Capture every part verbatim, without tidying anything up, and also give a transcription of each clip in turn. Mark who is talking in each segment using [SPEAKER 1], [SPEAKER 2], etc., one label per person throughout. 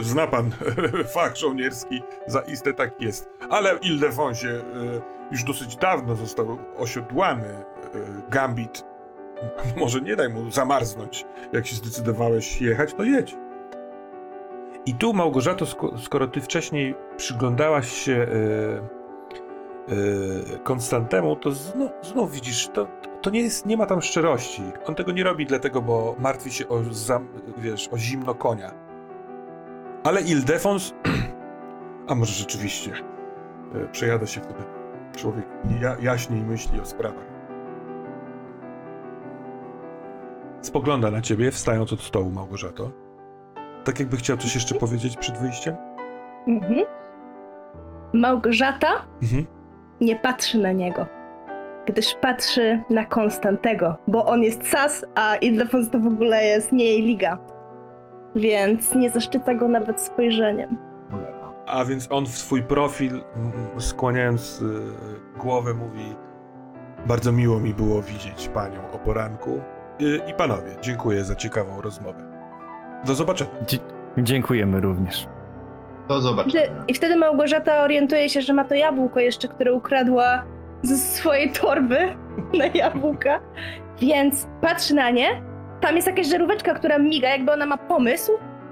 [SPEAKER 1] zna pan fach żołnierski, zaiste tak jest. Ale Ildefonsie, y, już dosyć dawno został osiodłany y, Gambit. Może nie daj mu zamarznąć. Jak się zdecydowałeś jechać, to jedź. I tu, Małgorzato, sko- skoro ty wcześniej przyglądałaś się y, y, Konstantemu, to znów, znów widzisz, to, to nie jest, nie ma tam szczerości. On tego nie robi dlatego, bo martwi się o, zam, wiesz, o zimno konia. Ale Ildefons, a może rzeczywiście, y, przejada się wtedy człowiek ja, jaśniej myśli o sprawach. Spogląda na ciebie, wstając od stołu, Małgorzato. Tak jakby chciał coś jeszcze powiedzieć przed wyjściem?
[SPEAKER 2] Mhm. Małgorzata
[SPEAKER 1] Mhm.
[SPEAKER 2] nie patrzy na niego, gdyż patrzy na Konstantego, bo on jest Sas, a Ildefons to w ogóle jest nie jej liga. Więc nie zaszczyca go nawet spojrzeniem.
[SPEAKER 1] A więc on w twój profil, m, skłaniając y, głowę, mówi: bardzo miło mi było widzieć panią o poranku. Y, I panowie, dziękuję za ciekawą rozmowę. Do zobaczenia.
[SPEAKER 3] Dzie- dziękujemy również.
[SPEAKER 4] Do zobaczenia.
[SPEAKER 2] Wtedy, I wtedy Małgorzata orientuje się, że ma to jabłko jeszcze, które ukradła ze swojej torby na jabłka, więc patrzy na nie. Tam jest jakaś żaróweczka, która miga, jakby ona ma pomysł.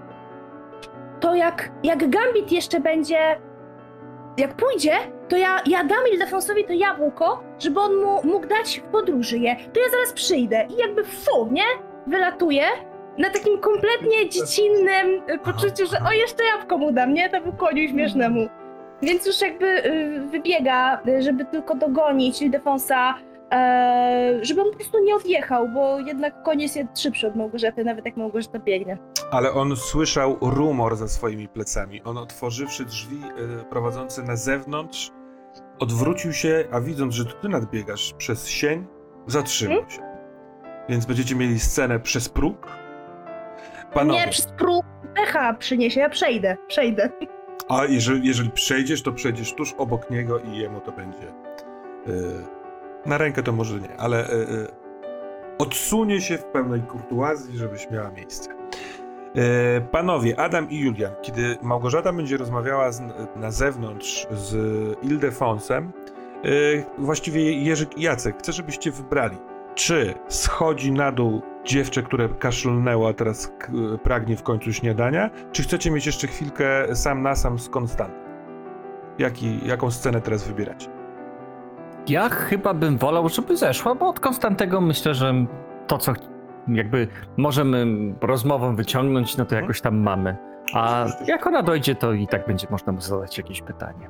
[SPEAKER 2] To jak, jak Gambit jeszcze będzie, jak pójdzie, to ja, ja dam Ildefonsowi to jabłko, żeby on mu mógł dać w podróży je. To ja zaraz przyjdę i jakby fu, nie? Wylatuje na takim kompletnie dziecinnym y, poczuciu, że o, jeszcze jabłko mu dam, nie? Temu koniu śmiesznemu. Więc już jakby y, wybiega, y, żeby tylko dogonić Ildefonsa, e, żeby on po prostu nie odjechał, bo jednak koń jest szybszy od Małgorzaty, nawet jak Małgorzata biegnie.
[SPEAKER 1] Ale on słyszał rumor za swoimi plecami. On, otworzywszy drzwi y, prowadzące na zewnątrz, odwrócił się, a widząc, że ty nadbiegasz przez sień, zatrzymał
[SPEAKER 2] Hmm?
[SPEAKER 1] się. Więc będziecie mieli scenę przez próg. Panowie,
[SPEAKER 2] Nie, przez próg pecha przyniesie, ja przejdę, przejdę.
[SPEAKER 1] a jeżeli, jeżeli przejdziesz, to przejdziesz tuż obok niego i jemu to będzie y, na rękę to może nie, ale y, y, odsunie się w pełnej kurtuazji, żebyś miała miejsce. Y, panowie, Adam i Julian, kiedy Małgorzata będzie rozmawiała z, na zewnątrz z Ildefonsem, y, właściwie Jerzyk i Jacek, chcę, żebyście wybrali, czy schodzi na dół dziewczę, które kaszlnęło, a teraz k- pragnie w końcu śniadania, czy chcecie mieć jeszcze chwilkę sam na sam z Konstantem? Jaki, jaką scenę teraz wybierać?
[SPEAKER 3] Ja chyba bym wolał, żeby zeszła, bo od Konstantego myślę, że to, co jakby możemy rozmową wyciągnąć, no to jakoś tam mamy. A jak ona dojdzie, to i tak będzie można mu zadać jakieś pytanie.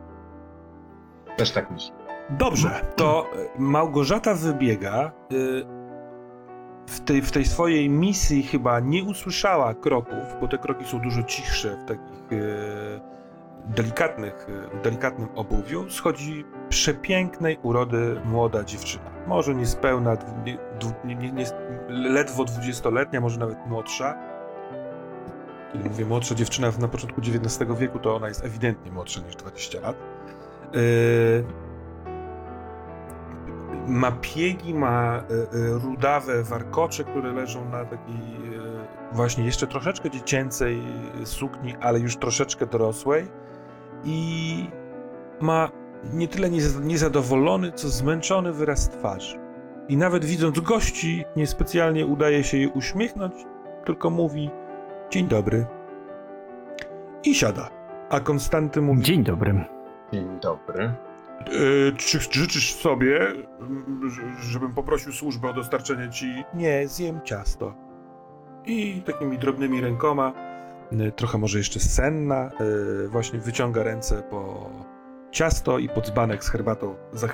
[SPEAKER 4] Też tak myślę.
[SPEAKER 1] Dobrze, to Małgorzata wybiega. y, W tej, w tej swojej misji chyba nie usłyszała kroków, bo te kroki są dużo cichsze w takich y, delikatnych, y, delikatnym obuwiu. Schodzi przepięknej urody młoda dziewczyna. Może niespełna, dwu- nie, dwu- nie, nie, nie, ledwo dwudziestoletnia, może nawet młodsza. Kiedy mówię młodsza dziewczyna na początku dziewiętnastego wieku, to ona jest ewidentnie młodsza niż dwadzieścia lat. Y, Ma piegi, ma y, y, rudawe warkocze, które leżą na takiej y, właśnie jeszcze troszeczkę dziecięcej sukni, ale już troszeczkę dorosłej. I ma nie tyle niez- niezadowolony, co zmęczony wyraz twarzy. I nawet widząc gości, niespecjalnie udaje się jej uśmiechnąć, tylko mówi: dzień dobry. I siada. A Konstanty mówi:
[SPEAKER 3] Dzień dobry.
[SPEAKER 4] Dzień dobry.
[SPEAKER 1] Yy, czy życzysz sobie, mm, ż- żebym poprosił służbę o dostarczenie ci... Nie, zjem ciasto. I takimi drobnymi rękoma, yy, trochę może jeszcze senna, yy, właśnie wyciąga ręce po ciasto i pod dzbanek z herbatą. Za...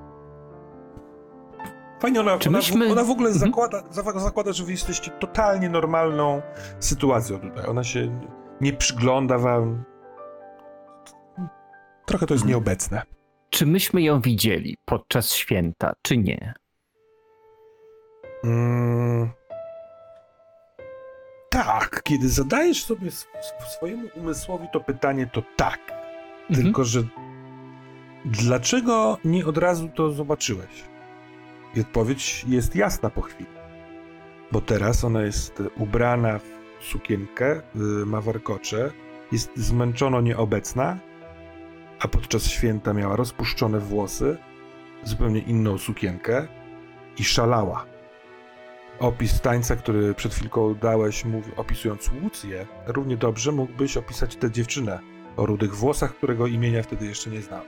[SPEAKER 1] Fajnie, ona,
[SPEAKER 3] Czy
[SPEAKER 1] ona,
[SPEAKER 3] myśmy-
[SPEAKER 1] ona w ogóle
[SPEAKER 3] Mhm.
[SPEAKER 1] zakłada, za- zakłada, że wy jesteście totalnie normalną sytuacją tutaj. Ona się nie przygląda wam. Trochę to jest nieobecne.
[SPEAKER 3] Czy myśmy ją widzieli podczas święta, czy nie?
[SPEAKER 1] Mm. Tak, kiedy zadajesz sobie sw- sw- swojemu umysłowi to pytanie, to tak.
[SPEAKER 3] Mhm.
[SPEAKER 1] Tylko, że dlaczego nie od razu to zobaczyłeś? I odpowiedź jest jasna po chwili. Bo teraz ona jest ubrana w sukienkę, y, ma warkocze, jest zmęczono nieobecna, a podczas święta miała rozpuszczone włosy, zupełnie inną sukienkę i szalała. Opis tańca, który przed chwilką dałeś, mówi, opisując Łucję, równie dobrze mógłbyś opisać tę dziewczynę o rudych włosach, którego imienia wtedy jeszcze nie znałeś.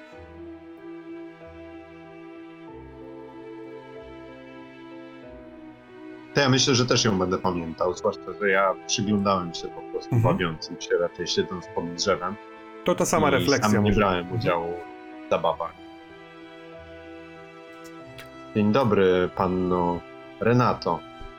[SPEAKER 4] To ja myślę, że też ją będę pamiętał, zwłaszcza, że ja przyglądałem się po prostu
[SPEAKER 1] Mhm.
[SPEAKER 4] bawiącym się, raczej siedząc pod drzewem.
[SPEAKER 1] To ta sama
[SPEAKER 4] I
[SPEAKER 1] refleksja.
[SPEAKER 4] sam nie
[SPEAKER 1] może.
[SPEAKER 4] brałem udziału w zabawach. Dzień dobry, panno Renato.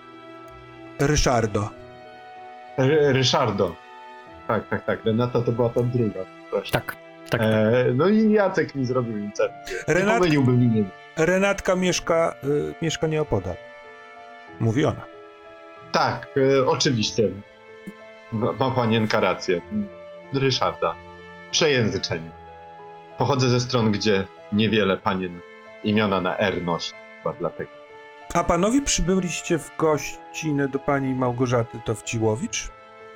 [SPEAKER 1] Ryszardo.
[SPEAKER 4] R- Ryszardo. Tak, tak, tak. Renata to była ta druga. Proszę.
[SPEAKER 3] Tak, tak.
[SPEAKER 4] E, no i Jacek mi zrobił incepcję. Nie
[SPEAKER 1] Renat-
[SPEAKER 4] pomyliłbym imię.
[SPEAKER 1] Renatka mieszka, y, mieszka nieopodal. Mówi ona.
[SPEAKER 4] Tak, e, oczywiście. Ma, ma panienka rację. Ryszarda. Przejęzyczenie. Pochodzę ze stron, gdzie niewiele panien imiona na R nosi. Chyba dlatego.
[SPEAKER 1] A panowie przybyliście w gościnę do pani Małgorzaty Towciłowicz?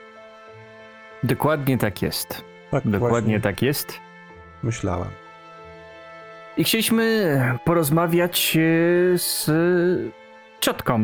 [SPEAKER 3] Dokładnie tak jest.
[SPEAKER 1] Tak,
[SPEAKER 3] Dokładnie
[SPEAKER 1] właśnie
[SPEAKER 3] tak jest.
[SPEAKER 1] myślałem.
[SPEAKER 3] I chcieliśmy porozmawiać e, z ciotką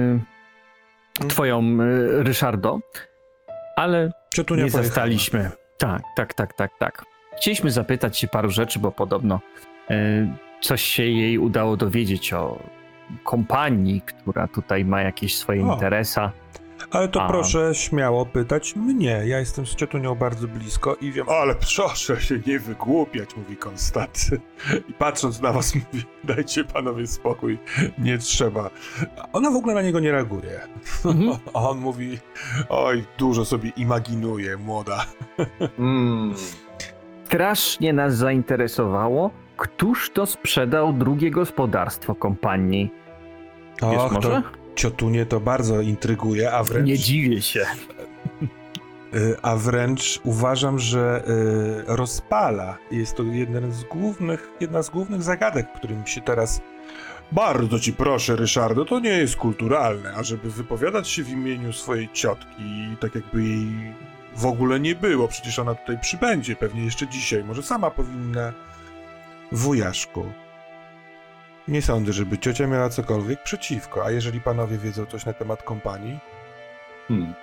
[SPEAKER 3] e, twoją, e, Ryszardo, ale
[SPEAKER 1] Czy tu
[SPEAKER 3] nie,
[SPEAKER 1] nie pojechała?
[SPEAKER 3] zastaliśmy. Tak, tak, tak, tak, tak. Chcieliśmy zapytać się paru rzeczy, bo podobno e, coś się jej udało dowiedzieć o kompanii, która tutaj ma jakieś swoje
[SPEAKER 1] O.
[SPEAKER 3] interesa.
[SPEAKER 1] Ale to
[SPEAKER 3] A.
[SPEAKER 1] proszę śmiało pytać mnie. Ja jestem z ciotunią bardzo blisko i wiem, ale proszę się nie wygłupiać, mówi Konstanty. I patrząc na was mówi, dajcie panowie spokój, nie trzeba. A ona w ogóle na niego nie reaguje.
[SPEAKER 3] Mhm.
[SPEAKER 1] A on mówi, oj, dużo sobie imaginuje, młoda.
[SPEAKER 4] Mm.
[SPEAKER 3] Strasznie nas zainteresowało, któż to sprzedał drugie gospodarstwo kompanii. Wiesz
[SPEAKER 1] Och,
[SPEAKER 3] może?
[SPEAKER 1] to ciotunię to bardzo intryguje, a wręcz...
[SPEAKER 3] Nie dziwię się.
[SPEAKER 1] Y, A wręcz uważam, że y, rozpala. Jest to jeden z głównych, jedna z głównych zagadek, którym się teraz... Bardzo ci proszę, Ryszardo, to nie jest kulturalne, ażeby wypowiadać się w imieniu swojej ciotki, tak jakby jej w ogóle nie było. Przecież ona tutaj przybędzie, pewnie jeszcze dzisiaj. Może sama powinna... Wujaszku. Nie sądzę, żeby ciocia miała cokolwiek przeciwko, a jeżeli panowie wiedzą coś na temat kompanii...
[SPEAKER 4] Hmm.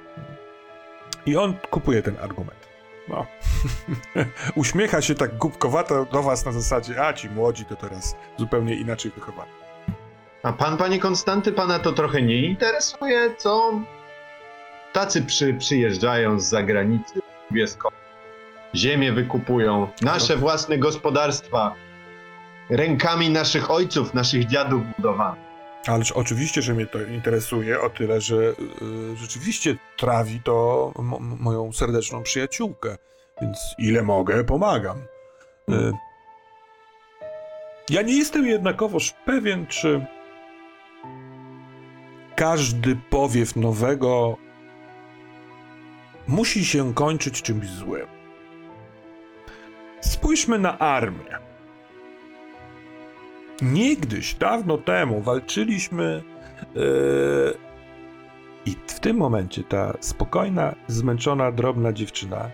[SPEAKER 1] I on kupuje ten argument. No. Uśmiecha się tak głupkowato do was na zasadzie, a ci młodzi to teraz zupełnie inaczej wychowani.
[SPEAKER 4] A pan, panie Konstanty, pana to trochę nie interesuje, co? Tacy przy, przyjeżdżają z zagranicy, mówię skąd. Ziemię wykupują, nasze własne gospodarstwa, rękami naszych ojców, naszych dziadów budowane.
[SPEAKER 1] Ależ oczywiście, że mnie to interesuje o tyle, że y, rzeczywiście trawi to mo- moją serdeczną przyjaciółkę, więc ile mogę, pomagam. Y, ja nie jestem jednakowoż pewien, czy każdy powiew nowego musi się kończyć czymś złym. Spójrzmy na armię. Niegdyś, dawno temu, walczyliśmy yy, i w tym momencie ta spokojna, zmęczona, drobna dziewczyna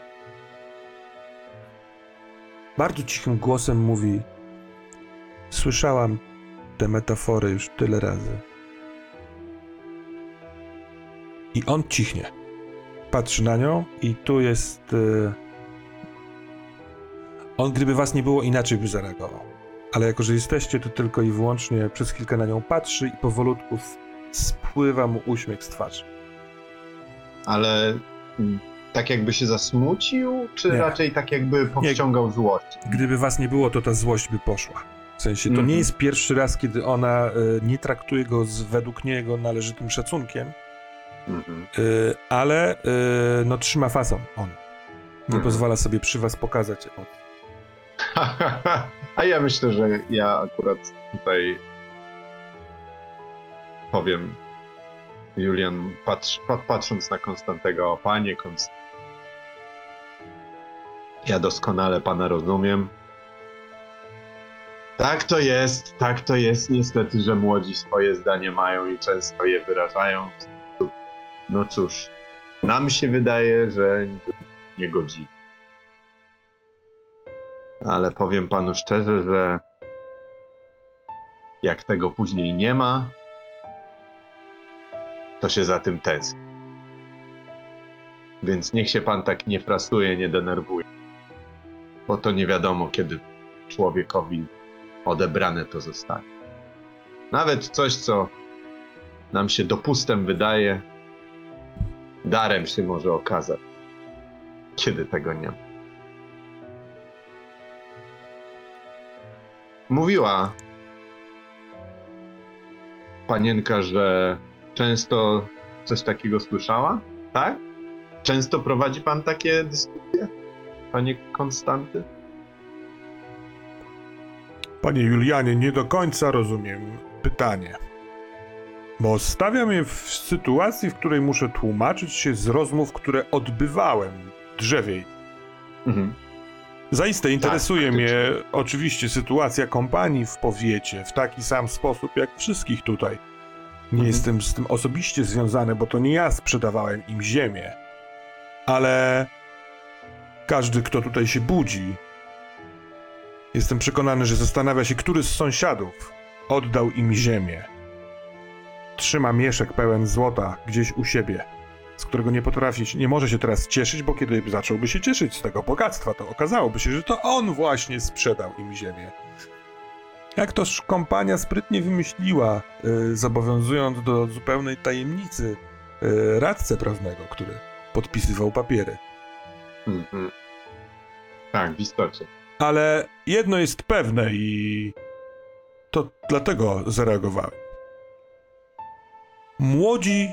[SPEAKER 1] bardzo cichym głosem mówi: słyszałam te metafory już tyle razy. I on cichnie. Patrzy na nią i tu jest... Yy, on, gdyby was nie było, inaczej by zareagował. Ale jako, że jesteście, to tylko i wyłącznie przez chwilkę na nią patrzy i powolutku spływa mu uśmiech z twarzy.
[SPEAKER 4] Ale mm, tak jakby się zasmucił, czy
[SPEAKER 1] Nie.
[SPEAKER 4] raczej tak jakby powściągał złość?
[SPEAKER 1] Gdyby was nie było, to ta złość by poszła. W sensie, to
[SPEAKER 4] Mhm.
[SPEAKER 1] nie jest pierwszy raz, kiedy ona y, nie traktuje go z według niego należytym szacunkiem,
[SPEAKER 4] Mhm.
[SPEAKER 1] y, ale y, no trzyma fason on. Nie
[SPEAKER 4] Mhm.
[SPEAKER 1] pozwala sobie przy was pokazać emocji.
[SPEAKER 4] A ja myślę, że ja akurat tutaj powiem, Julian, patrz, pat, patrząc na Konstantego, o panie Konst... Ja doskonale pana rozumiem. Tak to jest, tak to jest niestety, że młodzi swoje zdanie mają i często je wyrażają. No cóż, Nam się wydaje, że nie godzi. Ale powiem panu szczerze, że jak tego później nie ma, to się za tym tęskni. Więc niech się pan tak nie frasuje, nie denerwuje. Bo to nie wiadomo, kiedy człowiekowi odebrane to zostanie. Nawet coś, co nam się dopustem wydaje, darem się może okazać, kiedy tego nie ma. Mówiła panienka, że często coś takiego słyszała, tak? Często prowadzi pan takie dyskusje, panie Konstanty?
[SPEAKER 1] Panie Julianie, nie do końca rozumiem pytanie. Bo stawia mnie w sytuacji, w której muszę tłumaczyć się z rozmów, które odbywałem drzewiej.
[SPEAKER 4] Mhm.
[SPEAKER 1] Zaiste interesuje
[SPEAKER 4] Tak,
[SPEAKER 1] mnie oczywiście sytuacja kompanii w powiecie w taki sam sposób jak wszystkich tutaj. Nie
[SPEAKER 4] Mhm.
[SPEAKER 1] jestem z tym osobiście związany, bo to nie ja sprzedawałem im ziemię. Ale każdy, kto tutaj się budzi, jestem przekonany, że zastanawia się, który z sąsiadów oddał im ziemię. Trzyma mieszek pełen złota gdzieś u siebie, z którego nie potrafi, nie może się teraz cieszyć, bo kiedy zacząłby się cieszyć z tego bogactwa, to okazałoby się, że to on właśnie sprzedał im ziemię. Jak toż kompania sprytnie wymyśliła, yy, zobowiązując do zupełnej tajemnicy yy, radcę prawnego, który podpisywał papiery.
[SPEAKER 4] Mhm. Tak, w istocie.
[SPEAKER 1] Ale jedno jest pewne i to dlatego zareagowałem. Młodzi,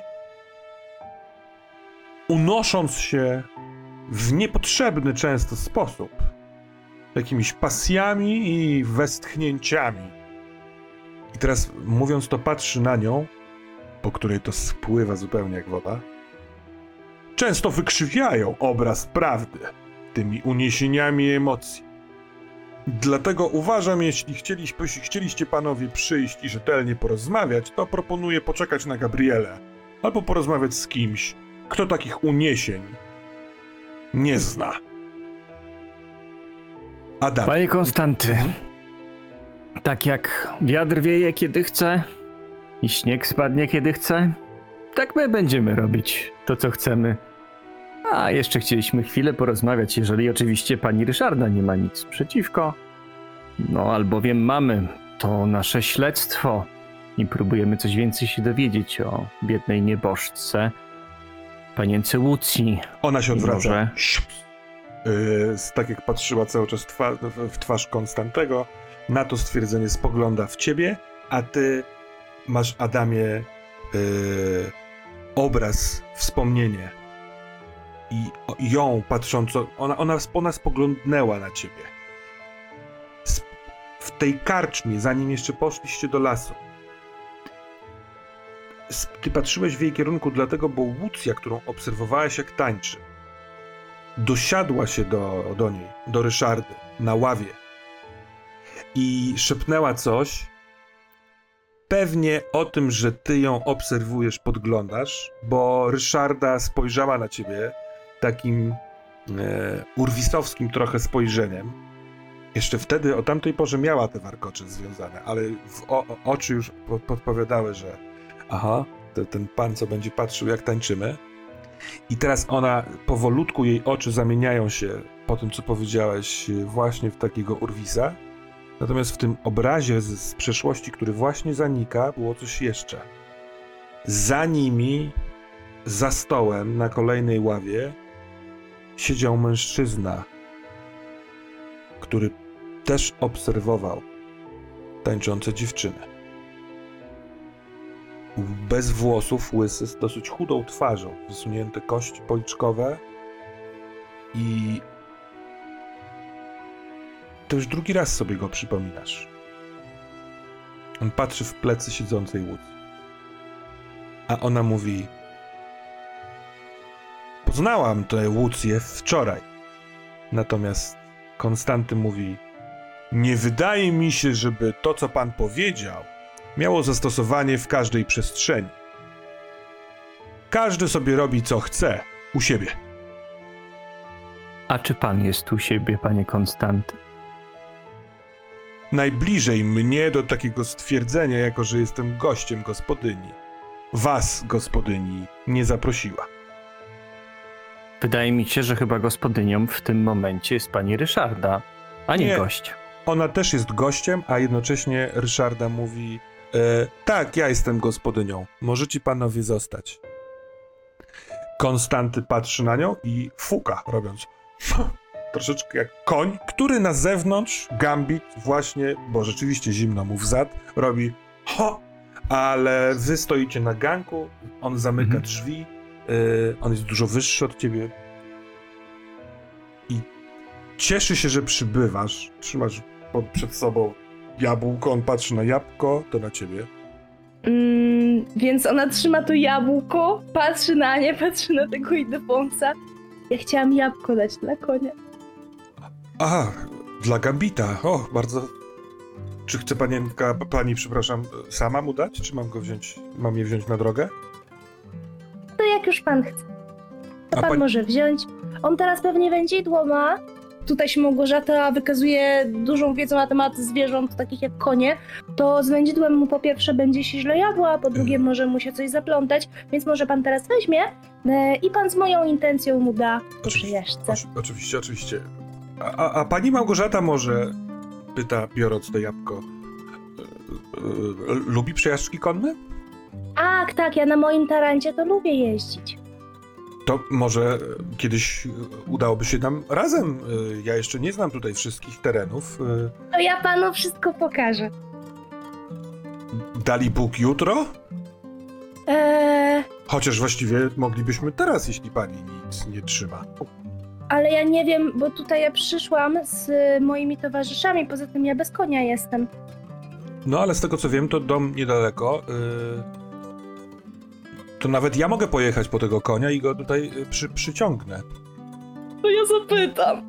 [SPEAKER 1] unosząc się w niepotrzebny często sposób, jakimiś pasjami i westchnięciami. I teraz, mówiąc to, patrzy na nią, po której to spływa zupełnie jak woda. Często wykrzywiają obraz prawdy tymi uniesieniami emocji. Dlatego uważam, jeśli chcieliście, chcieliście panowie przyjść i rzetelnie porozmawiać, to proponuję poczekać na Gabrielę. Albo porozmawiać z kimś, kto takich uniesień nie zna. Adam.
[SPEAKER 3] Panie Konstanty, tak jak wiatr wieje kiedy chce i śnieg spadnie kiedy chce, tak my będziemy robić to, co chcemy. A jeszcze chcieliśmy chwilę porozmawiać, jeżeli oczywiście pani Ryszarda nie ma nic przeciwko. No, albowiem mamy to nasze śledztwo i próbujemy coś więcej się dowiedzieć o biednej nieboszczce, panience Łucji.
[SPEAKER 1] Ona się
[SPEAKER 3] I
[SPEAKER 1] odwraca.
[SPEAKER 3] może-
[SPEAKER 1] Yy, tak jak patrzyła cały czas twa w, w twarz Konstantego, na to stwierdzenie spogląda w ciebie, a ty masz, Adamie, yy, obraz, wspomnienie. I o- ją patrząco, ona, ona, ona spoglądnęła na ciebie. Sp- w tej karczmie, zanim jeszcze poszliście do lasu. Sp- Ty patrzyłeś w jej kierunku dlatego, bo Łucja, którą obserwowałeś jak tańczy, dosiadła się do, do niej, do Ryszardy, na ławie i szepnęła coś, pewnie o tym, że ty ją obserwujesz, podglądasz, bo Ryszarda spojrzała na ciebie takim e, urwisowskim trochę spojrzeniem. Jeszcze wtedy, o tamtej porze miała te warkocze związane, ale w o, o, oczy już po, podpowiadały, że aha, to ten pan, co będzie patrzył, jak tańczymy. I teraz ona, powolutku jej oczy zamieniają się po tym, co powiedziałeś, właśnie w takiego urwisa. Natomiast w tym obrazie z, z przeszłości, który właśnie zanika, było coś jeszcze. Za nimi, za stołem, na kolejnej ławie, siedział mężczyzna, który też obserwował tańczące dziewczyny. Bez włosów, łysy, z dosyć chudą twarzą, wysunięte kości policzkowe i to już drugi raz sobie go przypominasz. On patrzy w plecy siedzącej Łucji. A ona mówi: poznałam tę Łucję wczoraj. Natomiast Konstanty mówi: nie wydaje mi się, żeby to, co pan powiedział, miało zastosowanie w każdej przestrzeni. Każdy sobie robi, co chce, u siebie.
[SPEAKER 3] A czy pan jest u siebie, panie Konstanty?
[SPEAKER 1] Najbliżej mnie do takiego stwierdzenia, jako że jestem gościem gospodyni. Was, gospodyni, nie zaprosiła.
[SPEAKER 3] Wydaje mi się, że chyba gospodynią w tym momencie jest pani Ryszarda, a nie,
[SPEAKER 1] Nie.
[SPEAKER 3] gość.
[SPEAKER 1] Ona też jest gościem, a jednocześnie Ryszarda mówi: e, tak, ja jestem gospodynią. Możecie panowie zostać. Konstanty patrzy na nią i fuka, robiąc troszeczkę jak koń, który na zewnątrz, Gambit właśnie, bo rzeczywiście zimno mu w zad, robi ho, ale wy stoicie na ganku, on zamyka
[SPEAKER 3] Mhm.
[SPEAKER 1] drzwi, y, on jest dużo wyższy od ciebie i cieszy się, że przybywasz. Trzymasz pod, przed sobą jabłko, on patrzy na jabłko, to na ciebie.
[SPEAKER 2] Mm, więc ona trzyma to jabłko, patrzy na nie, patrzy na tego Ildefonsa. Ja chciałam jabłko dać dla konia.
[SPEAKER 1] Aha, dla Gambita, o, bardzo... Czy chce panienka, pani, przepraszam, sama mu dać, czy mam go wziąć, mam je wziąć na drogę?
[SPEAKER 2] To jak już pan chce. To
[SPEAKER 1] A
[SPEAKER 2] pan
[SPEAKER 1] pań-
[SPEAKER 2] może wziąć. On teraz pewnie wędzidło ma. Tutaj się Małgorzata wykazuje dużą wiedzą na temat zwierząt, takich jak konie. To z wędzidłem mu po pierwsze będzie się źle jadło, a po drugie może mu się coś zaplątać. Więc może pan teraz weźmie e, i pan z moją intencją mu da po
[SPEAKER 1] Oczywiście,
[SPEAKER 2] przejażdżce.
[SPEAKER 1] oczy- oczywiście, oczywiście. A, a, a pani Małgorzata może, pyta, biorąc to jabłko, e, e, lubi przejażdżki konne?
[SPEAKER 2] Tak, tak, ja na moim tarancie to lubię jeździć.
[SPEAKER 1] To może kiedyś udałoby się nam razem. e, Ja jeszcze nie znam tutaj wszystkich terenów. e,
[SPEAKER 2] To ja panu wszystko pokażę.
[SPEAKER 1] Dali Bóg jutro?
[SPEAKER 2] Eee,
[SPEAKER 1] Chociaż właściwie moglibyśmy teraz, jeśli pani nic nie trzyma.
[SPEAKER 2] ale ja nie wiem, bo tutaj ja przyszłam z moimi towarzyszami, poza tym ja bez konia jestem.
[SPEAKER 1] No ale z tego co wiem, to dom niedaleko. Yy... To nawet ja mogę pojechać po tego konia i go tutaj y, przy, przyciągnę.
[SPEAKER 2] To ja zapytam.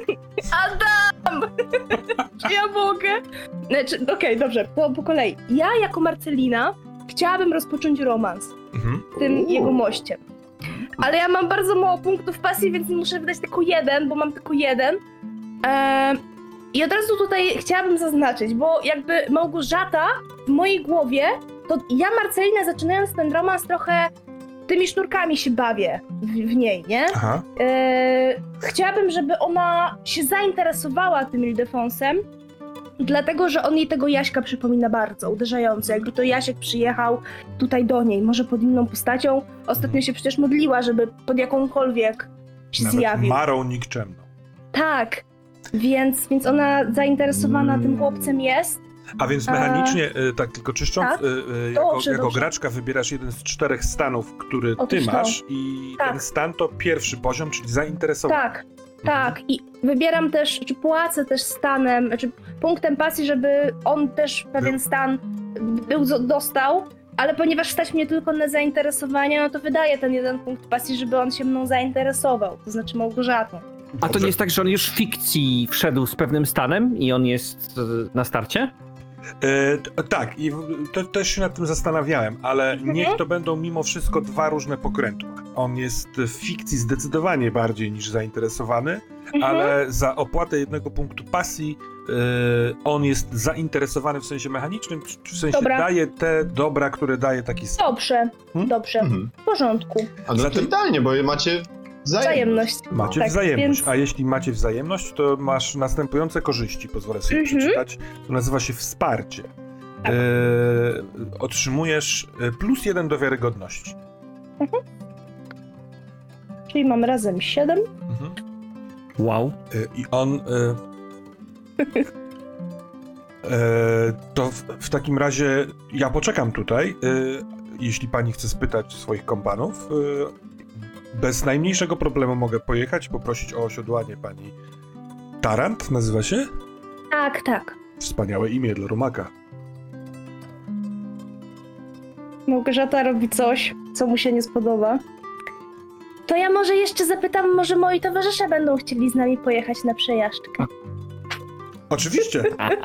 [SPEAKER 2] Adam! Czy ja mogę? Znaczy, okej, dobrze, to po kolei. Ja jako Marcelina chciałabym rozpocząć romans
[SPEAKER 1] Mhm.
[SPEAKER 2] z tym jego mościem. Ale ja mam bardzo mało punktów pasji, więc muszę wydać tylko jeden, bo mam tylko jeden. Eee, I od razu tutaj chciałabym zaznaczyć, bo jakby Małgorzata w mojej głowie, to ja Marcelina zaczynając ten romans trochę tymi sznurkami się bawię w, w niej, nie?
[SPEAKER 1] Aha.
[SPEAKER 2] Eee, chciałabym, żeby ona się zainteresowała tym Ildefonsem, dlatego, że on jej tego Jaśka przypomina bardzo, uderzająco. Jakby to Jasiek przyjechał tutaj do niej, może pod inną postacią. Ostatnio się przecież modliła, żeby pod jakąkolwiek się
[SPEAKER 1] Nawet
[SPEAKER 2] zjawił.
[SPEAKER 1] Marą nikczemną.
[SPEAKER 2] Tak, więc, więc ona zainteresowana tym chłopcem jest.
[SPEAKER 1] A więc
[SPEAKER 2] A-
[SPEAKER 1] mechanicznie, y, tak tylko czyszcząc,
[SPEAKER 2] Tak?
[SPEAKER 1] y, y, jako,
[SPEAKER 2] Dobrze,
[SPEAKER 1] jako
[SPEAKER 2] dobrze.
[SPEAKER 1] graczka wybierasz jeden z czterech stanów, który ty
[SPEAKER 2] Otóż to.
[SPEAKER 1] masz i
[SPEAKER 2] Tak.
[SPEAKER 1] ten stan to pierwszy poziom, czyli zainteresowanie.
[SPEAKER 2] Tak, tak. I wybieram też, czy płacę też stanem, czy punktem pasji, żeby on też pewien stan był, dostał, ale ponieważ stać mnie tylko na zainteresowanie, no to wydaję ten jeden punkt pasji, żeby on się mną zainteresował, to znaczy Małgorzatą.
[SPEAKER 3] A to
[SPEAKER 1] Dobrze.
[SPEAKER 3] nie jest tak, że on już w fikcji wszedł z pewnym stanem i on jest e, na starcie?
[SPEAKER 1] E, t- tak, i w- to, też się nad tym zastanawiałem, ale
[SPEAKER 2] Mhm.
[SPEAKER 1] niech to będą mimo wszystko dwa różne pokrętła. On jest w fikcji zdecydowanie bardziej niż zainteresowany,
[SPEAKER 2] Mhm.
[SPEAKER 1] ale za opłatę jednego punktu pasji e, on jest zainteresowany w sensie mechanicznym, czy w sensie
[SPEAKER 2] Dobra.
[SPEAKER 1] daje te dobra, które daje taki stan.
[SPEAKER 2] Dobrze,
[SPEAKER 1] Hmm?
[SPEAKER 2] dobrze,
[SPEAKER 4] Mhm.
[SPEAKER 2] w porządku.
[SPEAKER 4] A no
[SPEAKER 1] Zatem-
[SPEAKER 4] to idealnie, bo macie wzajemność.
[SPEAKER 2] Wzajemność.
[SPEAKER 1] Macie
[SPEAKER 2] Tak,
[SPEAKER 1] wzajemność,
[SPEAKER 2] więc-
[SPEAKER 1] a jeśli macie wzajemność, to masz następujące korzyści, pozwolę sobie
[SPEAKER 2] Mhm.
[SPEAKER 1] przeczytać. To nazywa się wsparcie.
[SPEAKER 2] Tak.
[SPEAKER 1] E, otrzymujesz e, plus jeden do wiarygodności.
[SPEAKER 2] Czyli mam razem siedem.
[SPEAKER 1] Mhm.
[SPEAKER 3] Wow.
[SPEAKER 1] E, I on. E, e, to w, w takim razie ja poczekam tutaj. E, jeśli pani chce spytać swoich kompanów, e, bez najmniejszego problemu mogę pojechać, poprosić o osiodłanie pani Tarant, nazywa się?
[SPEAKER 2] Tak, tak.
[SPEAKER 1] Wspaniałe imię dla rumaka.
[SPEAKER 2] Małgorzata robi coś, co mu się nie spodoba. To ja może jeszcze zapytam, może moi towarzysze będą chcieli z nami pojechać na przejażdżkę.
[SPEAKER 1] Oczywiście.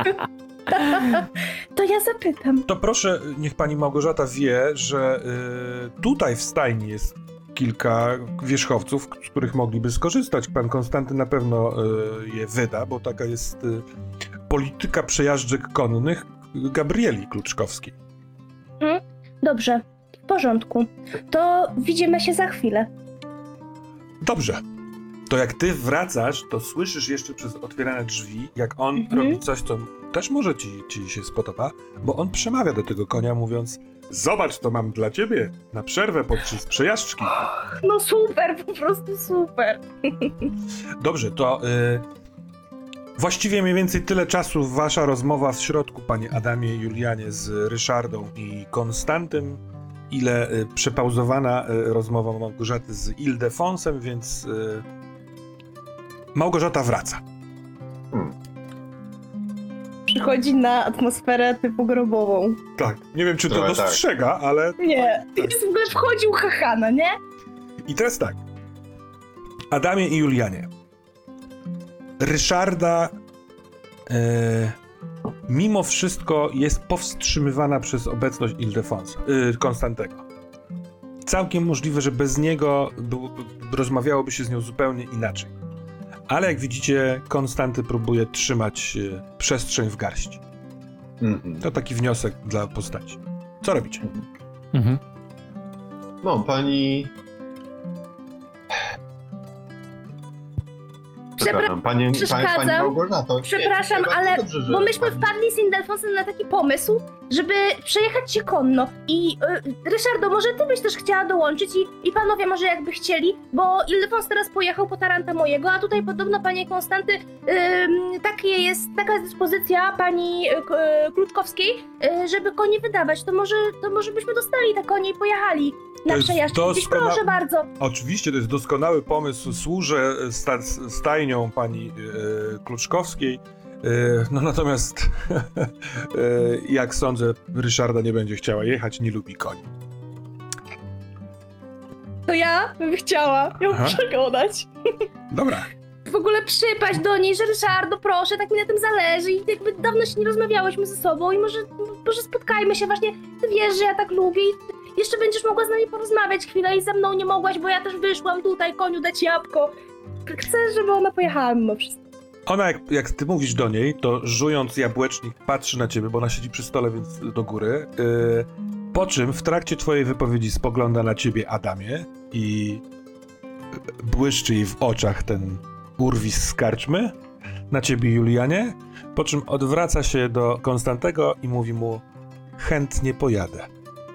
[SPEAKER 2] To ja zapytam.
[SPEAKER 1] To proszę, niech pani Małgorzata wie, że y, tutaj w stajni jest kilka wierzchowców, z których mogliby skorzystać. Pan Konstanty na pewno y, je wyda, bo taka jest y, polityka przejażdżek konnych Gabrieli Kluczkowskiej.
[SPEAKER 2] Hmm? Dobrze, w porządku. To widzimy się za chwilę.
[SPEAKER 1] Dobrze. To jak ty wracasz, to słyszysz jeszcze przez otwierane drzwi, jak on
[SPEAKER 2] Mhm.
[SPEAKER 1] robi coś, co też może ci, ci się spodoba, bo on przemawia do tego konia, mówiąc: zobacz, co mam dla ciebie na przerwę podczas przejażdżki.
[SPEAKER 2] No super, po prostu super.
[SPEAKER 1] Dobrze, to y, właściwie mniej więcej tyle czasu wasza rozmowa w środku, panie Adamie i Julianie, z Ryszardą i Konstantym, ile y, przepauzowana y, rozmowa Małgorzaty z Ildefonsem, więc y, Małgorzata wraca.
[SPEAKER 4] Hmm.
[SPEAKER 2] Przychodzi na atmosferę typu grobową.
[SPEAKER 1] Tak. Nie wiem, czy to
[SPEAKER 4] Trochę
[SPEAKER 1] dostrzega, ale...
[SPEAKER 2] Nie, jest w ogóle wchodził Hachana, nie?
[SPEAKER 1] I teraz tak. Adamie i Julianie. Ryszarda e, mimo wszystko jest powstrzymywana przez obecność Ildefonsa, e, Konstantego. Całkiem możliwe, że bez niego było, rozmawiałoby się z nią zupełnie inaczej. Ale jak widzicie, Konstanty próbuje trzymać e, przestrzeń w garści.
[SPEAKER 4] Mhm.
[SPEAKER 1] To taki wniosek dla postaci. Co robicie?
[SPEAKER 3] Mhm.
[SPEAKER 4] No, pani... Przepraszam, pani, pani,
[SPEAKER 2] przeszkadzam.
[SPEAKER 4] pani Małgorzato. Nie,
[SPEAKER 2] Przepraszam,
[SPEAKER 4] bardzo
[SPEAKER 2] ale
[SPEAKER 4] dobrze, że
[SPEAKER 2] bo myśmy
[SPEAKER 4] pani-
[SPEAKER 2] wpadli z Indelfonsem na taki pomysł, żeby przejechać się konno. I y, Ryszardo, może ty byś też chciała dołączyć i, i panowie może jakby chcieli, bo Ildefons teraz pojechał po Taranta mojego, a tutaj podobno panie Konstanty, y, takie jest, taka jest dyspozycja pani y, K- y, Kluczkowskiej, y, żeby konie wydawać. To może, to może byśmy dostali te konie i pojechali na
[SPEAKER 1] To jest
[SPEAKER 2] przejażdżkę. Gdzieś,
[SPEAKER 1] doskonała-
[SPEAKER 2] proszę bardzo.
[SPEAKER 1] Oczywiście, to jest doskonały pomysł. Służę sta stajnią pani e, Kluczkowskiej. E, no natomiast, e, jak sądzę, Ryszarda nie będzie chciała jechać, nie lubi koni.
[SPEAKER 2] To ja bym chciała ją
[SPEAKER 1] Aha.
[SPEAKER 2] przekonać.
[SPEAKER 1] Dobra.
[SPEAKER 2] W ogóle przypaść do niej, że Ryszardo, proszę, tak mi na tym zależy i jakby dawno się nie rozmawiałyśmy ze sobą i może, może spotkajmy się właśnie, ty wiesz, że ja tak lubię i jeszcze będziesz mogła z nami porozmawiać chwilę i ze mną nie mogłaś, bo ja też wyszłam tutaj koniu dać jabłko. Chcę, żeby ona pojechała mimo wszystko.
[SPEAKER 1] Ona, jak, jak ty mówisz do niej, to żując jabłecznik patrzy na ciebie, bo ona siedzi przy stole, więc do góry. E, po czym w trakcie twojej wypowiedzi spogląda na ciebie, Adamie, i błyszczy jej w oczach ten urwis z karczmy, na ciebie, Julianie, po czym odwraca się do Konstantego i mówi mu: chętnie pojadę.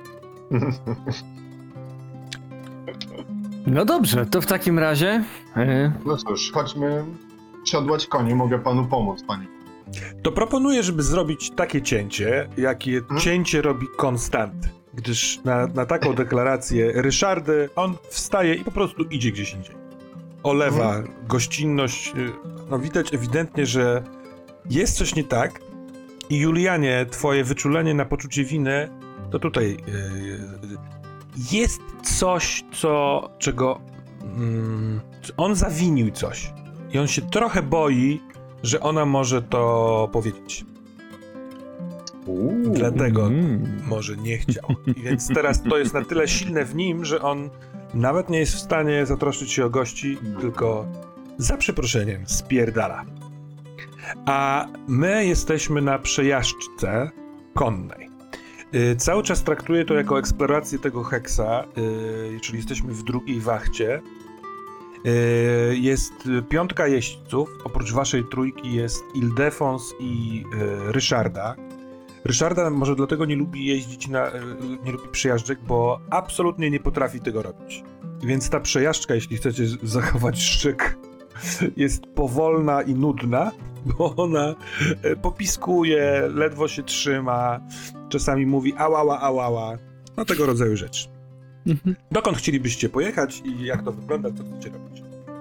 [SPEAKER 3] No dobrze, to w takim razie... y,
[SPEAKER 4] No cóż, chodźmy siodłać konie, mogę panu pomóc, pani.
[SPEAKER 1] To proponuję, żeby zrobić takie cięcie, jakie
[SPEAKER 4] Hmm?
[SPEAKER 1] cięcie robi Konstanty. Gdyż na, na taką deklarację Ryszardy on wstaje i po prostu idzie gdzieś indziej. Olewa
[SPEAKER 4] Mhm.
[SPEAKER 1] gościnność. y, No widać ewidentnie, że jest coś nie tak. I Julianie, twoje wyczulenie na poczucie winy, to tutaj y, jest coś, co, czego mm, on zawinił coś. I on się trochę boi, że ona może to powiedzieć.
[SPEAKER 4] Uuu.
[SPEAKER 1] Dlatego
[SPEAKER 3] mm.
[SPEAKER 1] może nie chciał. I więc teraz to jest na tyle silne w nim, że on nawet nie jest w stanie zatroszczyć się o gości, tylko za przeproszeniem spierdala. A my jesteśmy na przejażdżce konnej. Yy, cały czas traktuję to jako eksplorację tego heksa, yy, czyli jesteśmy w drugiej wachcie. Yy, jest piątka jeźdźców, oprócz waszej trójki jest Ildefons i yy, Ryszarda. Ryszarda może dlatego nie lubi jeździć na, nie lubi przejażdżek, bo absolutnie nie potrafi tego robić. Więc ta przejażdżka, jeśli chcecie zachować szczyk, jest powolna i nudna, bo ona popiskuje, ledwo się trzyma, czasami mówi ałała, ałała, no tego rodzaju rzeczy.
[SPEAKER 3] Mhm.
[SPEAKER 1] Dokąd chcielibyście pojechać i jak to wygląda, co chcecie robić?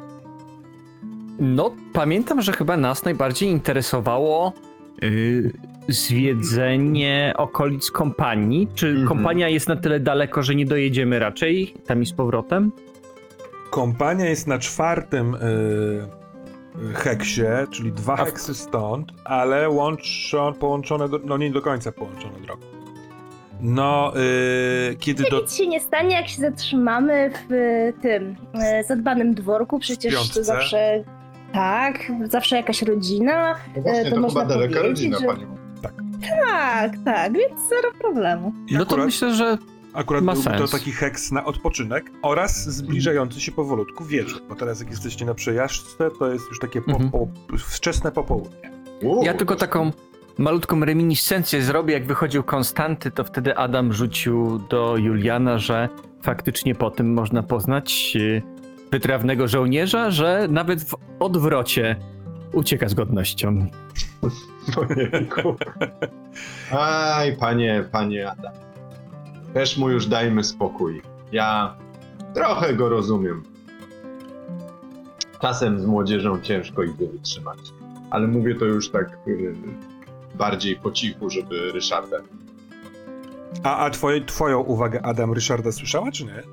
[SPEAKER 3] No, pamiętam, że chyba nas najbardziej interesowało yy, zwiedzenie okolic kompanii. Czy
[SPEAKER 4] Mhm.
[SPEAKER 3] kompania jest na tyle daleko, że nie dojedziemy raczej tam i z powrotem?
[SPEAKER 1] Kompania jest na czwartym yy, heksie, czyli dwa
[SPEAKER 3] A w-
[SPEAKER 1] heksy stąd, ale łączą, połączone, do, no nie do końca połączone drogą. No, yy, kiedy do...
[SPEAKER 2] Nic się nie stanie, jak się zatrzymamy w y, tym y, zadbanym dworku, przecież
[SPEAKER 1] Śpiączce?
[SPEAKER 2] zawsze... Tak, zawsze jakaś rodzina.
[SPEAKER 4] No właśnie,
[SPEAKER 2] to
[SPEAKER 4] to,
[SPEAKER 2] można
[SPEAKER 4] chyba daleka
[SPEAKER 2] powiedzieć,
[SPEAKER 4] rodzina,
[SPEAKER 2] że-
[SPEAKER 4] pani.
[SPEAKER 2] Tak, tak, więc zero problemu.
[SPEAKER 1] I
[SPEAKER 3] No to
[SPEAKER 1] akurat,
[SPEAKER 3] myślę, że
[SPEAKER 1] akurat
[SPEAKER 3] ma
[SPEAKER 1] byłby to
[SPEAKER 3] sens.
[SPEAKER 1] taki heks na odpoczynek oraz zbliżający się powolutku wieczór, bo teraz jak jesteście na przejażdżce, to jest już takie po,
[SPEAKER 3] Mhm.
[SPEAKER 1] po, wczesne popołudnie.
[SPEAKER 4] Uuu,
[SPEAKER 3] ja tylko taką malutką reminiscencję zrobię, jak wychodził Konstanty, to wtedy Adam rzucił do Juliana, że faktycznie po tym można poznać y, wytrawnego żołnierza, że nawet w odwrocie ucieka z godnością.
[SPEAKER 4] Ojejku. Aj, panie, panie Adam. Też mu już dajmy spokój. Ja trochę go rozumiem. Czasem z młodzieżą ciężko idzie wytrzymać. Ale mówię to już tak y, bardziej po cichu, żeby Ryszarda.
[SPEAKER 1] A, a twoje, twoją uwagę, Adam, Ryszarda słyszała, czy nie?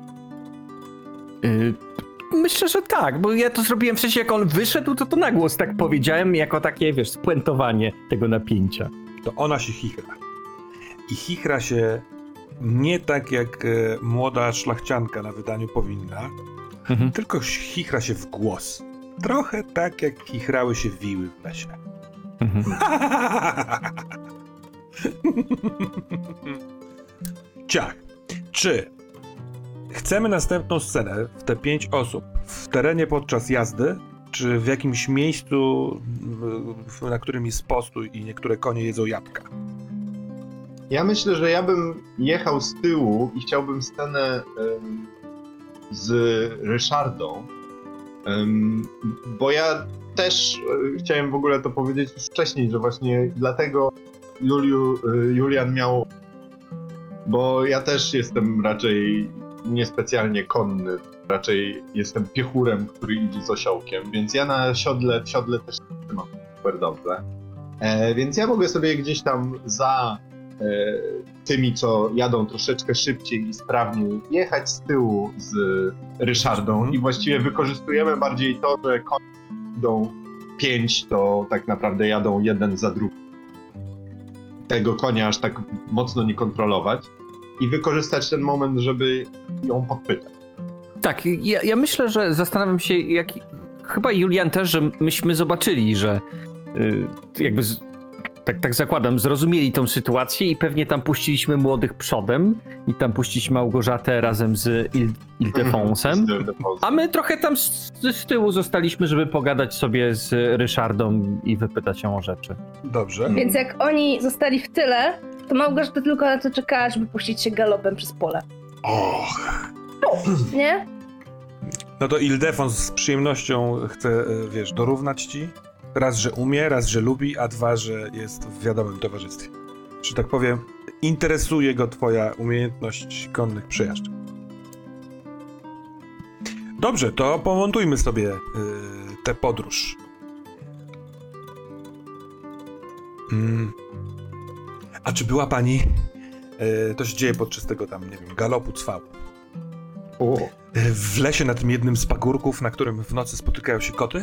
[SPEAKER 3] Y, Myślę, że tak, bo ja to zrobiłem w sensie, jak on wyszedł, to to na głos tak powiedziałem, jako takie, wiesz, spuentowanie tego napięcia.
[SPEAKER 1] To ona się chichra. I chichra się nie tak jak e, młoda szlachcianka na wydaniu powinna,
[SPEAKER 3] Mhm.
[SPEAKER 1] tylko chichra się w głos. Trochę tak jak chichrały się wiły w lesie.
[SPEAKER 3] Mhm.
[SPEAKER 1] Ciach. Czy chcemy następną scenę w te pięć osób w terenie podczas jazdy, czy w jakimś miejscu, w- na którym jest postój i niektóre konie jedzą jabłka?
[SPEAKER 4] Ja myślę, że ja bym jechał z tyłu i chciałbym scenę em, z Ryszardą, em, bo ja też e, chciałem w ogóle to powiedzieć już wcześniej, że właśnie dlatego Juliu, e, Julian miał, bo ja też jestem raczej niespecjalnie konny, raczej jestem piechurem, który idzie z osiołkiem, więc ja na siodle, w siodle też nie trzymam super dobrze. E, więc ja mogę sobie gdzieś tam za e, tymi, co jadą troszeczkę szybciej i sprawniej, jechać z tyłu z Ryszardą
[SPEAKER 1] Mhm.
[SPEAKER 4] i właściwie wykorzystujemy bardziej to, że konie idą pięć, to tak naprawdę jadą jeden za drugim. Tego konia aż tak mocno nie kontrolować i wykorzystać ten moment, żeby ją podpytać.
[SPEAKER 3] Tak, ja, ja myślę, że zastanawiam się, jak chyba Julian też, że myśmy zobaczyli, że y, jakby z, tak, tak zakładam, zrozumieli tą sytuację i pewnie tam puściliśmy młodych przodem i tam puściliśmy Małgorzatę razem z Il, Ildefonsem, a my trochę tam z, z tyłu zostaliśmy, żeby pogadać sobie z Ryszardą i wypytać ją o rzeczy.
[SPEAKER 1] Dobrze.
[SPEAKER 2] Więc jak oni zostali w tyle, to Małgorzata tylko na to czekała, żeby puścić się galopem przez pole.
[SPEAKER 1] Och.
[SPEAKER 2] Nie?
[SPEAKER 1] No to Ildefons z przyjemnością chce, e, wiesz, dorównać ci. Raz, że umie, raz, że lubi, a dwa, że jest w wiadomym towarzystwie. Że tak powiem, interesuje go twoja umiejętność konnych przejażdżek. Dobrze, to pomontujmy sobie y, tę podróż. Mm. A czy była pani... Y, to się dzieje podczas tego tam, nie wiem, galopu cwał.
[SPEAKER 4] O,
[SPEAKER 1] W lesie na tym jednym z pagórków, na którym w nocy spotykają się koty?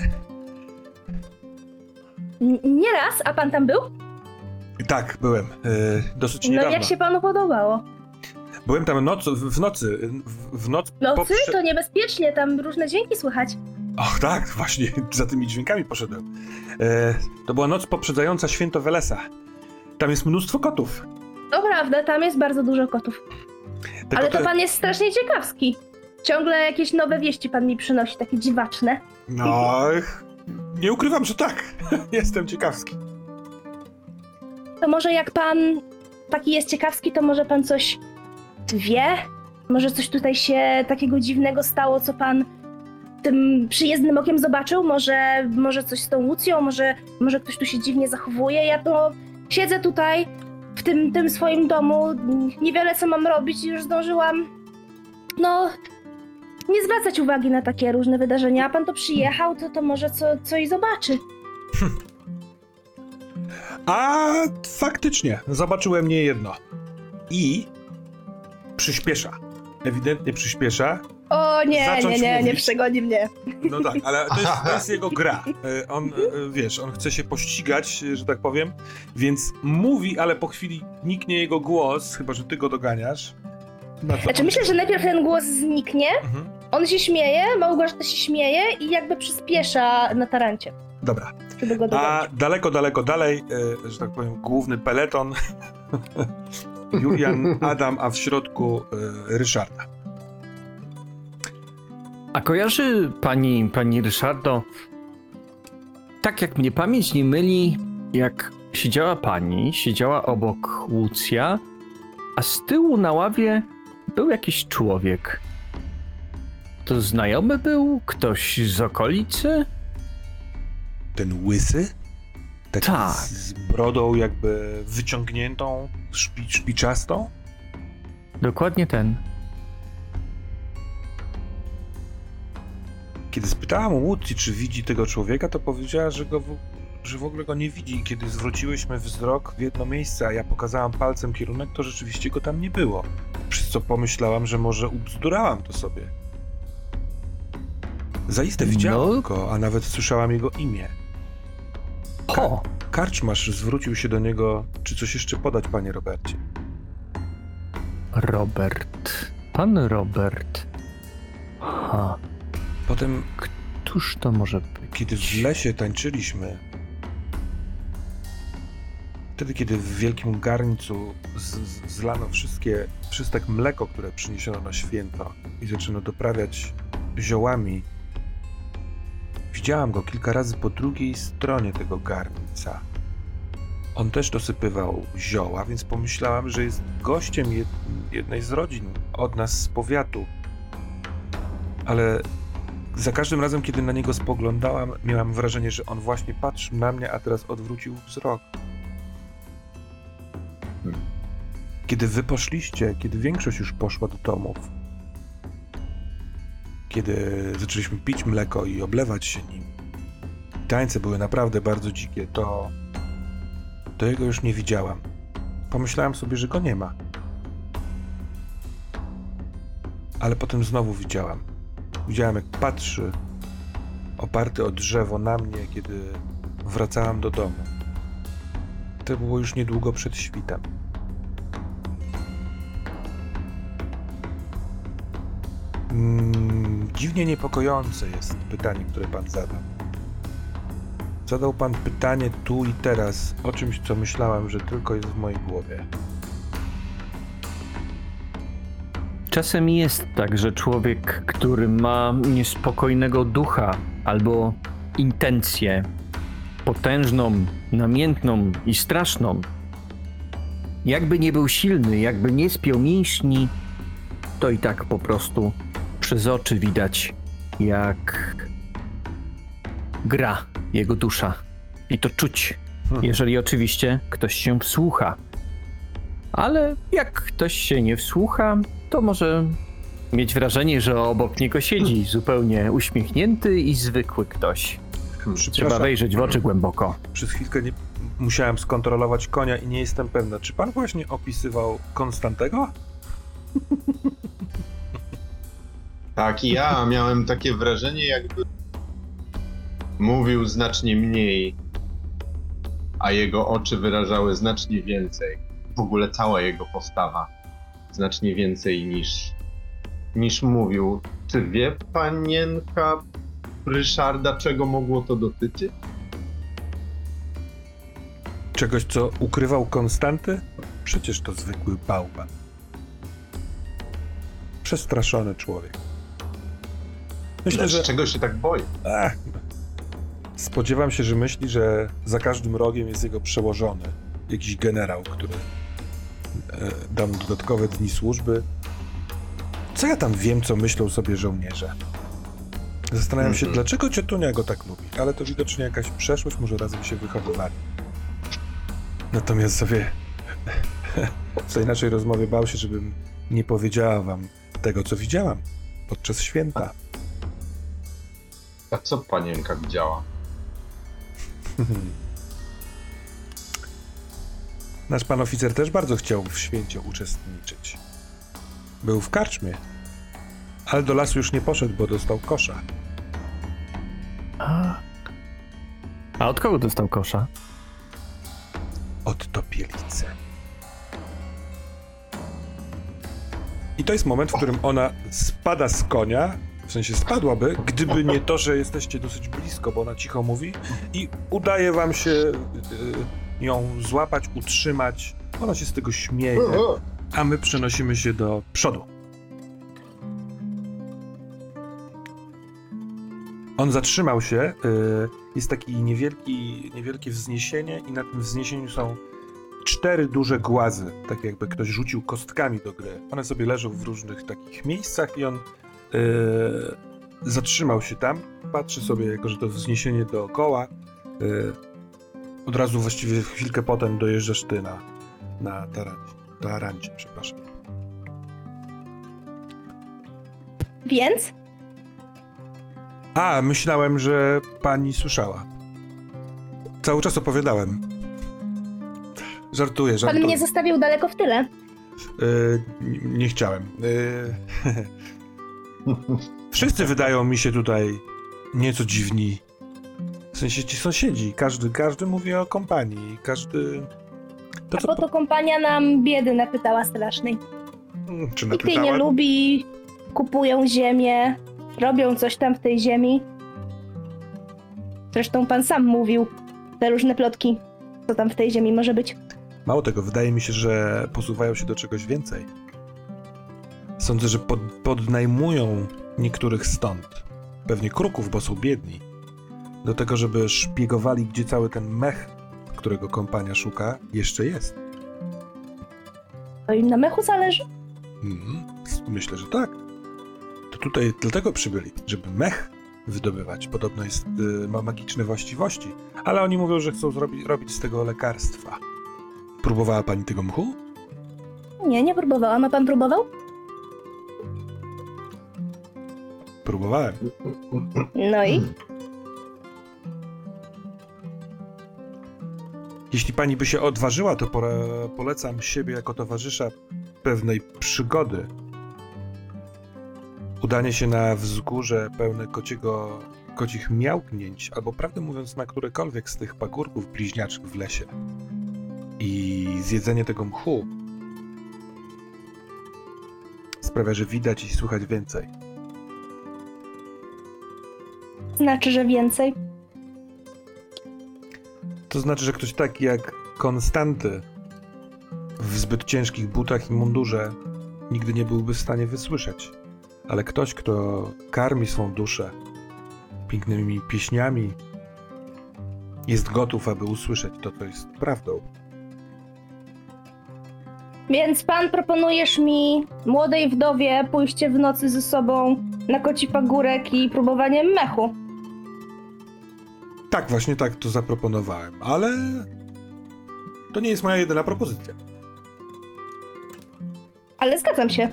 [SPEAKER 2] N- nie raz, a pan tam był?
[SPEAKER 1] Tak, byłem. Yy, dosyć
[SPEAKER 2] No
[SPEAKER 1] niedawno.
[SPEAKER 2] jak się panu podobało?
[SPEAKER 1] Byłem tam noc, w, w nocy. W, w noc.
[SPEAKER 2] W nocy?
[SPEAKER 1] poprze-
[SPEAKER 2] To niebezpiecznie, tam różne dźwięki słychać.
[SPEAKER 1] Och, tak, właśnie za tymi dźwiękami poszedłem. E, to była noc poprzedzająca święto Welesa. Tam jest mnóstwo kotów.
[SPEAKER 2] To prawda, tam jest bardzo dużo kotów.
[SPEAKER 1] Te
[SPEAKER 2] Ale
[SPEAKER 1] koty...
[SPEAKER 2] to pan jest strasznie ciekawski. Ciągle jakieś nowe wieści pan mi przynosi, takie dziwaczne.
[SPEAKER 1] No, nie ukrywam, że tak. Jestem ciekawski.
[SPEAKER 2] To może jak pan taki jest ciekawski, to może pan coś wie? Może coś tutaj się takiego dziwnego stało, co pan tym przyjezdnym okiem zobaczył? Może, może coś z tą Łucją? Może, może ktoś tu się dziwnie zachowuje? Ja to siedzę tutaj w tym, tym swoim domu, niewiele co mam robić i już zdążyłam, no, nie zwracać uwagi na takie różne wydarzenia. A pan to przyjechał, to, to może co, co i zobaczy.
[SPEAKER 1] A faktycznie, zobaczyłem nie jedno. I przyspiesza. Ewidentnie przyspiesza.
[SPEAKER 2] O nie,
[SPEAKER 1] zacząć
[SPEAKER 2] nie, nie, nie
[SPEAKER 1] mówić.
[SPEAKER 2] przegoni mnie.
[SPEAKER 1] No tak, ale to jest, to jest jego gra. E, On, e, wiesz, on chce się pościgać, że tak powiem, więc mówi, ale po chwili niknie jego głos, chyba że ty go doganiasz. Na co
[SPEAKER 2] Znaczy
[SPEAKER 1] on-
[SPEAKER 2] myślę, że najpierw ten głos zniknie,
[SPEAKER 1] Mhm.
[SPEAKER 2] on się śmieje, Małgorzata się śmieje i jakby przyspiesza na tarancie,
[SPEAKER 1] Dobra.
[SPEAKER 2] żeby go
[SPEAKER 1] A
[SPEAKER 2] dogonić.
[SPEAKER 1] daleko, daleko dalej, e, że tak powiem, główny peleton. Julian, Adam, a w środku e, Ryszarda.
[SPEAKER 3] A kojarzy pani, pani Ryszardo, tak jak mnie pamięć nie myli, jak siedziała pani, siedziała obok Łucja, a z tyłu na ławie był jakiś człowiek. To znajomy był? Ktoś z okolicy?
[SPEAKER 1] Ten łysy? Taki
[SPEAKER 3] Tak.
[SPEAKER 1] z brodą jakby wyciągniętą, szpi, szpiczastą?
[SPEAKER 3] Dokładnie ten.
[SPEAKER 1] Kiedy spytałam Łucji, czy widzi tego człowieka, to powiedziała, że, go w, że w ogóle go nie widzi. I kiedy zwróciłyśmy wzrok w jedno miejsce, a ja pokazałam palcem kierunek, to rzeczywiście go tam nie było. Przez co pomyślałam, że może ubzdurałam to sobie. Zaiste widziałam
[SPEAKER 3] No.
[SPEAKER 1] go, a nawet słyszałam jego imię.
[SPEAKER 3] O!
[SPEAKER 1] Karczmarz zwrócił się do niego, czy coś jeszcze podać, panie Robercie.
[SPEAKER 3] Robert. Pan Robert. Ha.
[SPEAKER 1] Potem,
[SPEAKER 3] Któż to może być?
[SPEAKER 1] kiedy w lesie tańczyliśmy, wtedy, kiedy w wielkim garncu z, z, zlano wszystkie, wszystek mleko, które przyniesiono na święto i zaczęto doprawiać ziołami, widziałam go kilka razy po drugiej stronie tego garnca. On też dosypywał zioła, więc pomyślałam, że jest gościem jed, jednej z rodzin od nas z powiatu. Ale za każdym razem, kiedy na niego spoglądałam, miałam wrażenie, że on właśnie patrzy na mnie, a teraz odwrócił wzrok. Kiedy wy poszliście, kiedy większość już poszła do domów, kiedy zaczęliśmy pić mleko i oblewać się nim, tańce były naprawdę bardzo dzikie, to, to jego już nie widziałam. Pomyślałam sobie, że go nie ma. Ale potem znowu widziałam. Widziałem, jak patrzy, oparty o drzewo na mnie, kiedy wracałam do domu. To było już niedługo przed świtem. Mm, dziwnie niepokojące jest pytanie, które pan zadał. Zadał pan pytanie tu i teraz o czymś, co myślałem, że tylko jest w mojej głowie.
[SPEAKER 3] Czasem jest tak, że człowiek, który ma niespokojnego ducha albo intencję potężną, namiętną i straszną, jakby nie był silny, jakby nie spiął mięśni, to i tak po prostu przez oczy widać, jak gra jego dusza. I to czuć,
[SPEAKER 1] Hmm.
[SPEAKER 3] jeżeli oczywiście ktoś się wsłucha. Ale jak ktoś się nie wsłucha, to może mieć wrażenie, że obok niego siedzi zupełnie uśmiechnięty i zwykły ktoś. Trzeba
[SPEAKER 1] Przepraszam,
[SPEAKER 3] wejrzeć w oczy głęboko.
[SPEAKER 1] przez chwilkę nie, musiałem skontrolować konia i nie jestem pewna, czy pan właśnie opisywał Konstantego?
[SPEAKER 4] Tak, i ja miałem takie wrażenie, jakby mówił znacznie mniej, a jego oczy wyrażały znacznie więcej. W ogóle cała jego postawa znacznie więcej niż, niż mówił. Czy wie panienka Ryszarda, czego mogło to dotyczyć?
[SPEAKER 1] Czegoś, co ukrywał Konstanty? Przecież to zwykły bałwan. Przestraszony człowiek. Myślę, że...
[SPEAKER 4] Czego się tak boi?
[SPEAKER 1] Ach, spodziewam się, że myśli, że za każdym rogiem jest jego przełożony. Jakiś generał, który e, da mu dodatkowe dni służby. Co ja tam wiem, co myślą sobie żołnierze? Zastanawiam się,
[SPEAKER 4] Mhm.
[SPEAKER 1] dlaczego ciotunia go tak lubi, ale to widocznie jakaś przeszłość, może razem się wychowywali. Natomiast sobie w tej naszej rozmowie bał się, żebym nie powiedziała wam tego, co widziałam podczas święta.
[SPEAKER 4] A co panienka widziała?
[SPEAKER 1] Nasz pan oficer też bardzo chciał w święcie uczestniczyć. Był w karczmie, Ale do lasu już nie poszedł, bo dostał kosza.
[SPEAKER 3] A, A od kogo dostał kosza?
[SPEAKER 1] Od topielicy. I to jest moment, w którym ona spada z konia, w sensie spadłaby, gdyby nie to, że jesteście dosyć blisko, bo ona cicho mówi i udaje wam się y, ją złapać, utrzymać. Ona się z tego śmieje, a my przenosimy się do przodu. On zatrzymał się, y, jest taki niewielki, niewielkie wzniesienie i na tym wzniesieniu są cztery duże głazy, tak jakby ktoś rzucił kostkami do gry. One sobie leżą w różnych takich miejscach i on yy, zatrzymał się tam, patrzy sobie, jako że to wzniesienie dookoła. Yy, od razu właściwie chwilkę potem dojeżdżasz ty na, na tarancie, tarancie, przepraszam.
[SPEAKER 2] Więc?
[SPEAKER 1] A, myślałem, że pani słyszała. Cały czas opowiadałem. Żartuję,
[SPEAKER 2] Pan
[SPEAKER 1] żartuję.
[SPEAKER 2] mnie zostawił daleko w tyle.
[SPEAKER 1] Yy, nie, nie chciałem. Yy, Wszyscy wydają mi się tutaj nieco dziwni. W sensie ci sąsiedzi. Każdy, każdy mówi o kompanii. Każdy... To,
[SPEAKER 2] A
[SPEAKER 1] co
[SPEAKER 2] po to kompania nam biedy napytała strasznej.
[SPEAKER 1] Mm, Czy
[SPEAKER 2] Nikt jej nie
[SPEAKER 1] napytała?
[SPEAKER 2] lubi, kupują ziemię, robią coś tam w tej ziemi. Zresztą pan sam mówił te różne plotki, co tam w tej ziemi może być.
[SPEAKER 1] Mało tego, wydaje mi się, że posuwają się do czegoś więcej. Sądzę, że pod, podnajmują niektórych stąd. Pewnie kruków, bo są biedni. Do tego, żeby szpiegowali, gdzie cały ten mech, którego kompania szuka, jeszcze jest.
[SPEAKER 2] To im na mechu zależy?
[SPEAKER 1] Mhm, myślę, że tak. To tutaj dlatego przybyli, żeby mech wydobywać. Podobno jest, y, ma magiczne właściwości, ale oni mówią, że chcą zrobić, robić z tego lekarstwa. Próbowała pani tego mchu?
[SPEAKER 2] Nie, nie próbowałam. A pan próbował?
[SPEAKER 1] Próbowałem.
[SPEAKER 2] No i?
[SPEAKER 1] Jeśli pani by się odważyła, to pora- polecam siebie jako towarzysza pewnej przygody. Udanie się na wzgórze pełne kociego, kocich miałknięć, albo prawdę mówiąc na którekolwiek z tych pagórków bliźniaczych w lesie. I zjedzenie tego mchu sprawia, że widać i słychać więcej.
[SPEAKER 2] Znaczy, że więcej.
[SPEAKER 1] To znaczy, że ktoś taki jak Konstanty w zbyt ciężkich butach i mundurze nigdy nie byłby w stanie wysłyszeć. Ale ktoś, kto karmi swą duszę pięknymi pieśniami, jest gotów, aby usłyszeć to, co jest prawdą.
[SPEAKER 2] Więc pan proponujesz mi, młodej wdowie, pójście w nocy ze sobą na koci pagórek i próbowanie mechu.
[SPEAKER 1] Tak, właśnie tak to zaproponowałem, ale to nie jest moja jedyna propozycja.
[SPEAKER 2] Ale zgadzam się.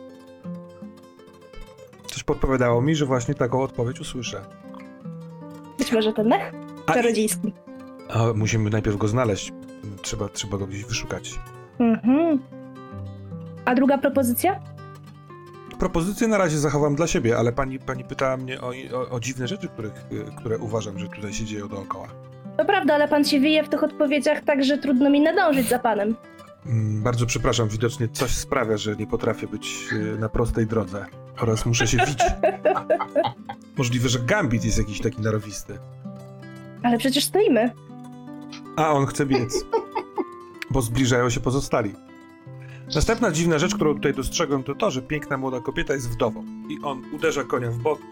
[SPEAKER 1] Coś podpowiadało mi, że właśnie taką odpowiedź usłyszę.
[SPEAKER 2] Być może ten mech
[SPEAKER 1] A-
[SPEAKER 2] czarodziejski.
[SPEAKER 1] A musimy najpierw go znaleźć. Trzeba, trzeba go gdzieś wyszukać.
[SPEAKER 2] Mhm. A druga propozycja?
[SPEAKER 1] Propozycję na razie zachowam dla siebie, ale pani, pani pytała mnie o, o, o dziwne rzeczy, których, y, które uważam, że tutaj się dzieją dookoła.
[SPEAKER 2] To prawda, ale pan się wyje w tych odpowiedziach tak, że trudno mi nadążyć za panem.
[SPEAKER 1] Mm, bardzo przepraszam, widocznie coś sprawia, że nie potrafię być y, na prostej drodze oraz muszę się wić. Możliwe, że Gambit jest jakiś taki narowisty.
[SPEAKER 2] Ale przecież stoimy.
[SPEAKER 1] A on chce biec, bo zbliżają się pozostali. Następna dziwna rzecz, którą tutaj dostrzegłem, to to, że piękna młoda kobieta jest wdową. I on uderza konia w bok i...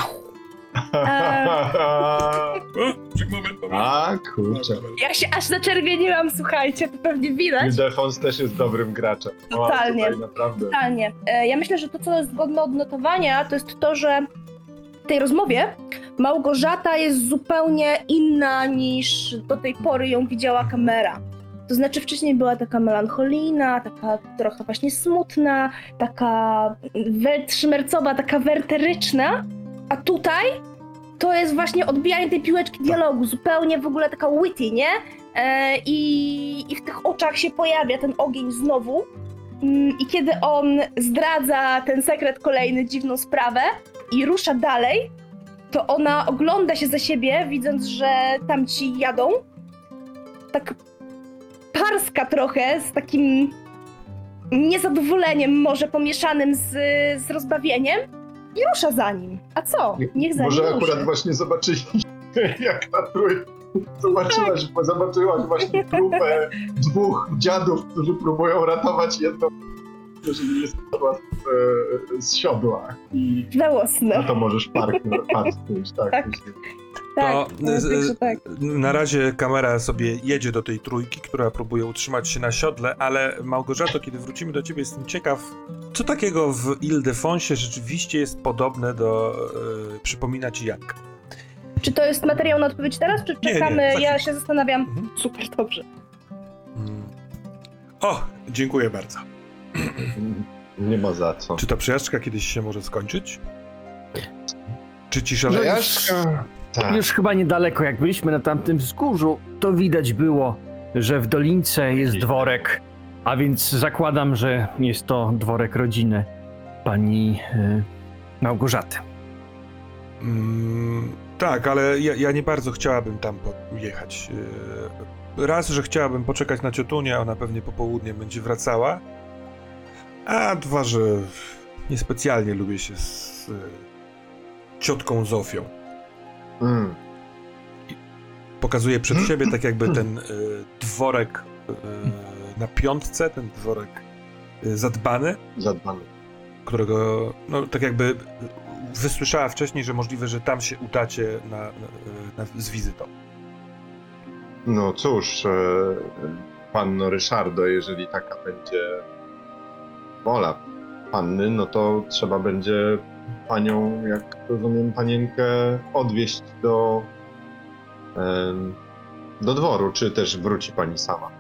[SPEAKER 2] A,
[SPEAKER 1] moment, moment.
[SPEAKER 4] A, kurczę.
[SPEAKER 2] ja się aż zaczerwieniłam, słuchajcie, to pewnie widać.
[SPEAKER 4] Ildefons też jest dobrym graczem. O,
[SPEAKER 2] Totalnie.
[SPEAKER 4] tutaj naprawdę.
[SPEAKER 2] Totalnie. E, Ja myślę, że to, co jest godne odnotowania, to jest to, że w tej rozmowie Małgorzata jest zupełnie inna niż do tej pory ją widziała kamera. To znaczy wcześniej była taka melancholijna, taka trochę właśnie smutna, taka szmercowa, taka werteryczna, a tutaj to jest właśnie odbijanie tej piłeczki dialogu, zupełnie w ogóle taka witty, nie? E, i, I w tych oczach się pojawia ten ogień znowu. Mm, I kiedy on zdradza ten sekret, kolejny dziwną sprawę i rusza dalej, to ona ogląda się za siebie, widząc, że tamci jadą. Tak parska trochę, z takim niezadowoleniem może pomieszanym z, z rozbawieniem i rusza za nim. A co? Niech za
[SPEAKER 4] Może
[SPEAKER 2] nim
[SPEAKER 4] akurat
[SPEAKER 2] ruszy.
[SPEAKER 4] właśnie zobaczyliśmy, jak na trójkę. Zobaczyłaś, zobaczyłaś właśnie grupę dwóch dziadów, którzy próbują ratować jedną, jeżeli jest spadła z, z siodła. I
[SPEAKER 2] Żałosne.
[SPEAKER 4] no to możesz parknąć, parknąć tak.
[SPEAKER 2] Tak.
[SPEAKER 4] myślę.
[SPEAKER 2] Tak,
[SPEAKER 1] To,
[SPEAKER 2] no,
[SPEAKER 1] z-
[SPEAKER 2] także tak.
[SPEAKER 1] Na razie kamera sobie jedzie do tej trójki, która próbuje utrzymać się na siodle, ale Małgorzato, kiedy wrócimy do ciebie, jestem ciekaw, co takiego w Ildefonsie rzeczywiście jest podobne do... E, przypomina ci jak?
[SPEAKER 2] Czy to jest materiał na odpowiedź teraz, czy
[SPEAKER 1] Nie, nie,
[SPEAKER 2] czekamy?
[SPEAKER 1] za
[SPEAKER 2] Ja
[SPEAKER 1] chwilę.
[SPEAKER 2] się zastanawiam.
[SPEAKER 1] Mhm.
[SPEAKER 2] Super, dobrze.
[SPEAKER 1] Mm. O, dziękuję bardzo.
[SPEAKER 4] Nie ma za co.
[SPEAKER 1] Czy ta przejażdżka kiedyś się może skończyć? Czy ci szaleje?
[SPEAKER 4] Przejażdżka? Tak.
[SPEAKER 3] Już chyba niedaleko, jak byliśmy na tamtym wzgórzu, to widać było, że w dolince jest dworek, a więc zakładam, że jest to dworek rodziny pani y, Małgorzaty.
[SPEAKER 1] Mm, tak, ale ja, ja nie bardzo chciałabym tam pojechać. Yy, Raz, że chciałabym poczekać na ciotunię, ona pewnie po południe będzie wracała, a dwa, że niespecjalnie lubię się z y, ciotką Zofią.
[SPEAKER 4] Mm.
[SPEAKER 1] Pokazuję przed siebie tak jakby ten y, dworek y, na piątce, ten dworek y, zadbany,
[SPEAKER 4] Zadbany.
[SPEAKER 1] którego, no tak jakby wysłyszała wcześniej, że możliwe, że tam się utacie na, na, na, z wizytą.
[SPEAKER 4] No cóż, e, panno Ryszardo, jeżeli taka będzie wola panny, no to trzeba będzie panią, jak rozumiem, panienkę odwieźć do, em, do dworu, czy też wróci pani sama.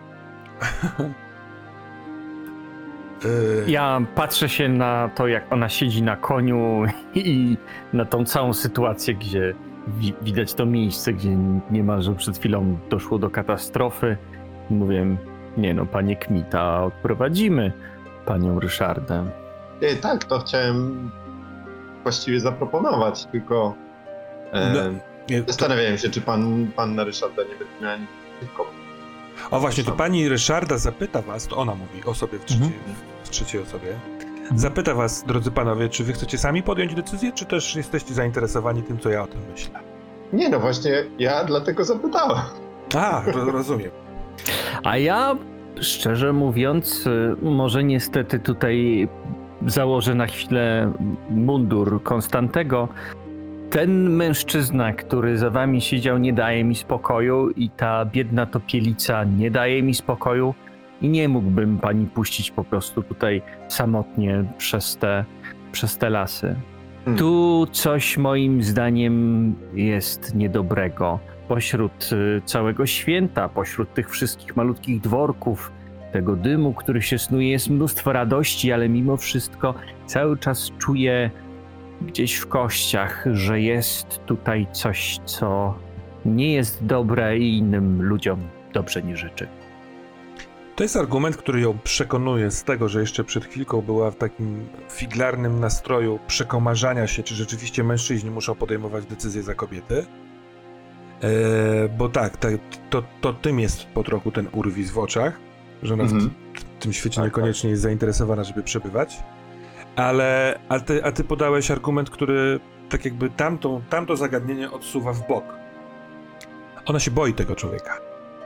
[SPEAKER 1] Y,
[SPEAKER 3] Ja patrzę się na to, jak ona siedzi na koniu i na tą całą sytuację, gdzie wi- widać to miejsce, gdzie niemalże przed chwilą doszło do katastrofy. Mówię, nie no, panie Kmita, odprowadzimy panią Ryszardę.
[SPEAKER 4] E, tak, to chciałem właściwie zaproponować, tylko e,
[SPEAKER 1] No, nie, to,
[SPEAKER 4] zastanawiałem się, czy pan, panna Ryszarda nie będzie miała nic przeciwko.
[SPEAKER 1] o właśnie, to pani Ryszarda zapyta was, to ona mówi o sobie w trzeciej,
[SPEAKER 3] Mhm.
[SPEAKER 1] w trzeciej osobie, zapyta was, drodzy panowie, czy wy chcecie sami podjąć decyzję, czy też jesteście zainteresowani tym, co ja o tym myślę?
[SPEAKER 4] Nie no, właśnie ja dlatego zapytałem.
[SPEAKER 1] A, ro, rozumiem.
[SPEAKER 3] A ja, szczerze mówiąc, y, może niestety tutaj założę na chwilę mundur Konstantego. Ten mężczyzna, który za wami siedział, nie daje mi spokoju i ta biedna topielica nie daje mi spokoju i nie mógłbym pani puścić po prostu tutaj samotnie przez te, przez te lasy.
[SPEAKER 4] Hmm.
[SPEAKER 3] Tu coś moim zdaniem jest niedobrego. Pośród y, całego święta, pośród tych wszystkich malutkich dworków, tego dymu, który się snuje, jest mnóstwo radości, ale mimo wszystko cały czas czuję gdzieś w kościach, że jest tutaj coś, co nie jest dobre i innym ludziom dobrze nie życzy.
[SPEAKER 1] To jest argument, który ją przekonuje z tego, że jeszcze przed chwilką była w takim figlarnym nastroju przekomarzania się, czy rzeczywiście mężczyźni muszą podejmować decyzje za kobiety. Eee, bo tak, tak to, to tym jest po trochu ten urwis w oczach, że ona
[SPEAKER 4] Mhm.
[SPEAKER 1] w, t- w tym świecie
[SPEAKER 4] Tak,
[SPEAKER 1] niekoniecznie jest zainteresowana, żeby przebywać. Ale a ty, a ty podałeś argument, który tak jakby tamtą, tamto zagadnienie odsuwa w bok. Ona się boi tego człowieka.